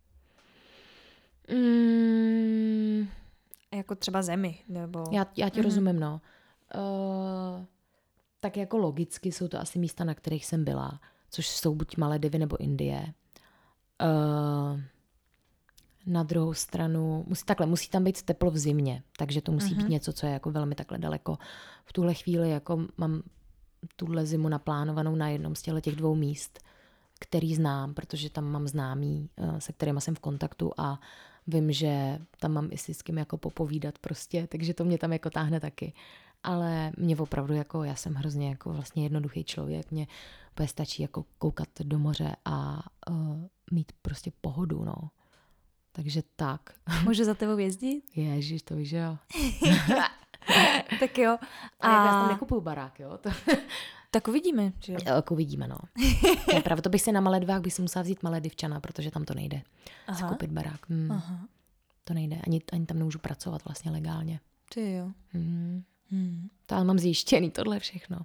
Speaker 3: Jako třeba zemi, nebo...
Speaker 2: Já ti rozumím, no. Tak jako logicky jsou to asi místa, na kterých jsem byla, což jsou buď Maledivy nebo Indie. Na druhou stranu, musí tam být teplo v zimě, takže to musí být něco, co je jako velmi takhle daleko. V tuhle chvíli jako mám tuhle zimu naplánovanou na jednom z těch 2 míst, který znám, protože tam mám známí, se kterými jsem v kontaktu a vím, že tam mám i si s kým jako popovídat prostě, takže to mě tam jako táhne taky. Ale mě opravdu jako, já jsem hrozně jako vlastně jednoduchý člověk, mě úplně stačí jako koukat do moře a mít prostě pohodu, no. Takže tak.
Speaker 3: Můžu za tebou jezdit?
Speaker 2: Ježiš, to víš, jo.
Speaker 3: Tak jo.
Speaker 2: A já tam nekupuju barák, jo.
Speaker 3: Tak uvidíme, že jo?
Speaker 2: Tak uvidíme, no. To je pravda, to bych si na Maledivách musela vzít Maledivčana, protože tam to nejde. Si koupit barák. To nejde, ani tam nemůžu pracovat vlastně legálně.
Speaker 3: Ty jo.
Speaker 2: To ale mám zjištěný tohle všechno.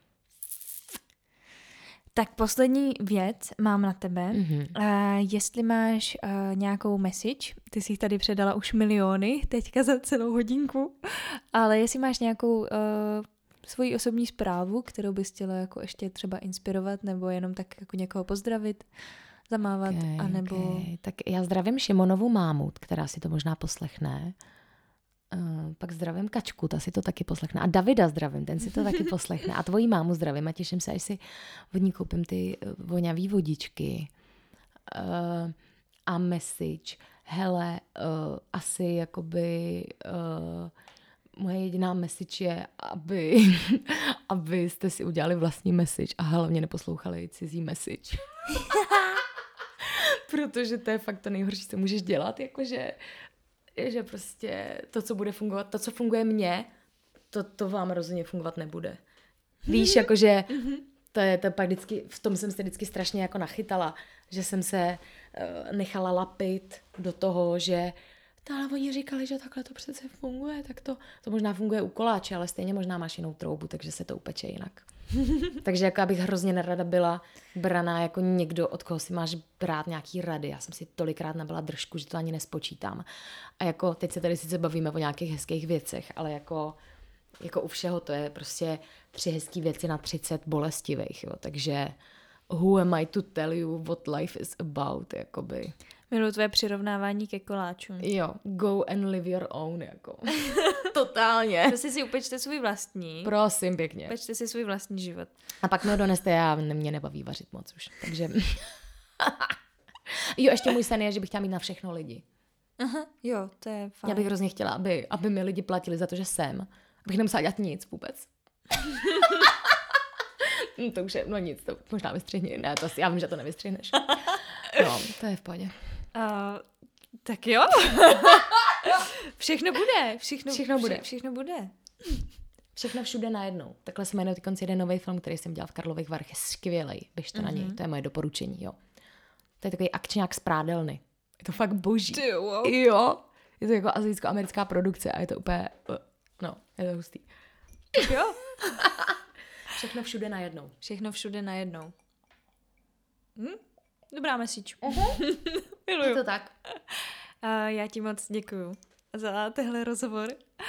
Speaker 3: Tak poslední věc mám na tebe. Jestli máš nějakou message, ty jsi jich tady předala už miliony, teďka za celou hodinku, ale jestli máš nějakou svoji osobní zprávu, kterou bys chtěla jako ještě třeba inspirovat, nebo jenom tak jako někoho pozdravit, zamávat, anebo...
Speaker 2: Okay. Tak já zdravím Šimonovu mámu, která si to možná poslechne. Pak zdravím Kačku, ta si to taky poslechne. A Davida zdravím, ten si to taky poslechne. A tvoji mámu zdravím a těším se, až si od ní koupím ty vonavý vodičky. A message. Hele, asi jakoby... moje jediná message je, abyste si udělali vlastní message a hlavně neposlouchali cizí message. Protože to je fakt to nejhorší, co můžeš dělat, jakože že prostě to, co bude fungovat, to, co funguje mně, to vám rozhodně fungovat nebude. Víš, jakože to je pak vždycky, v tom jsem se vždycky strašně jako nachytala, že jsem se nechala lapit do toho, že ale oni říkali, že takhle to přece funguje, tak to možná funguje u koláče, ale stejně možná máš jinou troubu, takže se to upeče jinak. Takže jako abych hrozně nerada byla braná jako někdo, od koho si máš brát nějaký rady. Já jsem si tolikrát nabila držku, že to ani nespočítám. A jako teď se tady sice bavíme o nějakých hezkých věcech, ale jako u všeho to je prostě 3 hezký věci na 30 bolestivých. Jo. Takže who am I to tell you what life is about, jakoby.
Speaker 3: Miluji tvoje přirovnávání ke koláčům.
Speaker 2: Jo, go and live your own, jako. Totálně.
Speaker 3: Prostě si upečte svůj vlastní.
Speaker 2: Prosím, pěkně.
Speaker 3: Upečte si svůj vlastní život.
Speaker 2: A pak mi ho doneste, mě nebaví vařit moc už, takže... Jo, ještě můj sen je, že bych chtěla mít na všechno lidi.
Speaker 3: Aha, jo, to je fajn.
Speaker 2: Já bych hrozně chtěla, aby mi lidi platili za to, že jsem. Abych nemusela dělat nic vůbec. To už je, no nic, to možná vystřihni. Ne, to já vím, že to nevystřihneš. No, to je v pohodě.
Speaker 3: Tak jo. Všechno bude. Všechno bude.
Speaker 2: Všechno všude najednou. Takhle se jmenuje konci jeden nový film, který jsem dělal v Karlových Varech. Je skvělej. Běžte na něj. To je moje doporučení, jo. To je takový akčňák z Prádelny. Je to fakt boží.
Speaker 3: Jo.
Speaker 2: Je to jako azijsko-americká produkce a je to úplně, no, je to hustý.
Speaker 3: Jo.
Speaker 2: Všechno všude najednou.
Speaker 3: Všechno všude najednou. Dobrá message.
Speaker 2: Je to tak.
Speaker 3: Já ti moc děkuju za tenhle rozhovor.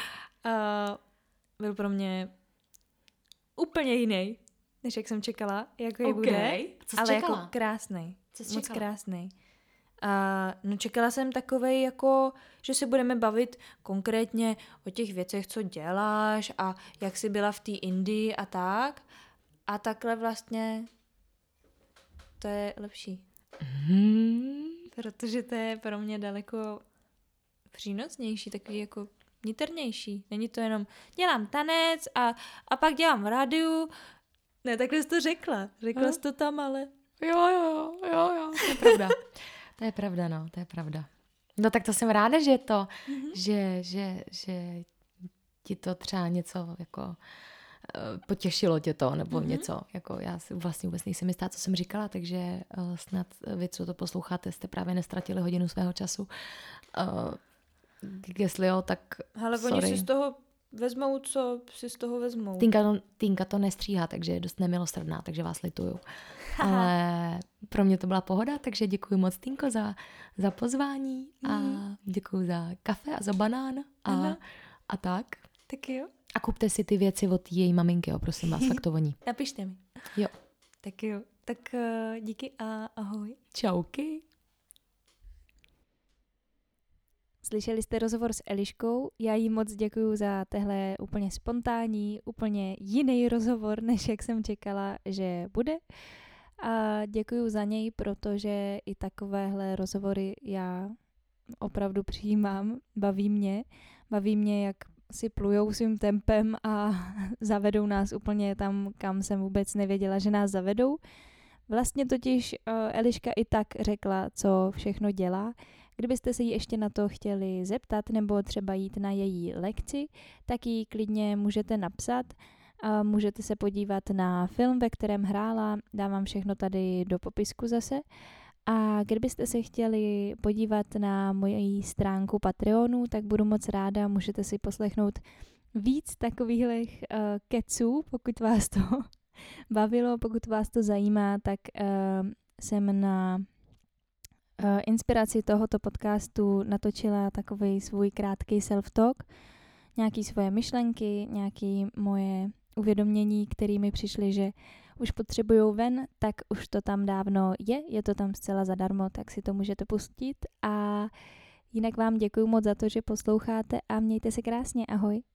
Speaker 3: Byl pro mě úplně jiný, než jak jsem čekala, jako je bude.
Speaker 2: Co jsi
Speaker 3: ale
Speaker 2: čekala?
Speaker 3: jako krásnej.
Speaker 2: Co jsi
Speaker 3: moc
Speaker 2: čekala?
Speaker 3: krásnej. No čekala jsem takovej jako, že se budeme bavit konkrétně o těch věcech, co děláš a jak jsi byla v té Indii a tak. A takhle vlastně to je lepší. Protože to je pro mě daleko přínosnější, takový jako niternější. Není to jenom dělám tanec a pak dělám v rádiu. Ne, takhle jsi to řekla. Řekla jsi to tam, ale...
Speaker 2: Jo, to je pravda. To je pravda, no, to je pravda. No tak to jsem ráda, že to, že ti to třeba něco jako potěšilo tě to, nebo něco, jako já si vlastně vůbec nejsem jistá, co jsem říkala, takže snad vy, co to posloucháte, jste právě nestratili hodinu svého času. Jestli jo, tak
Speaker 3: ale
Speaker 2: sorry.
Speaker 3: oni si z toho vezmou, co si z toho vezmou.
Speaker 2: Tinka to nestříhá, takže je dost nemilosrdná, takže vás lituju. Ale pro mě to byla pohoda, takže děkuji moc, Tinko, za pozvání a děkuji za kafe a za banán a tak.
Speaker 3: Tak jo.
Speaker 2: A kupte si ty věci od její maminky, jo, prosím vás, tak to voní.
Speaker 3: Napište mi.
Speaker 2: Jo.
Speaker 3: Tak jo. Tak díky a ahoj.
Speaker 2: Čauky.
Speaker 1: Slyšeli jste rozhovor s Eliškou, já jí moc děkuju za tehle úplně spontánní, úplně jiný rozhovor, než jak jsem čekala, že bude. A děkuju za něj, protože i takovéhle rozhovory já opravdu přijímám, baví mě, jak si plujou svým tempem a zavedou nás úplně tam, kam jsem vůbec nevěděla, že nás zavedou. Vlastně totiž Eliška i tak řekla, co všechno dělá. Kdybyste se jí ještě na to chtěli zeptat nebo třeba jít na její lekci, tak jí klidně můžete napsat a můžete se podívat na film, ve kterém hrála, dávám všechno tady do popisku zase. A kdybyste se chtěli podívat na moji stránku Patreonu, tak budu moc ráda, můžete si poslechnout víc takovýchhle keců, pokud vás to bavilo, pokud vás to zajímá, tak jsem na inspiraci tohoto podcastu natočila takový svůj krátký self-talk, nějaký svoje myšlenky, nějaké moje uvědomění, které mi přišly, že už potřebujou ven, tak už to tam dávno je to tam zcela zadarmo, tak si to můžete pustit a jinak vám děkuju moc za to, že posloucháte a mějte se krásně, ahoj.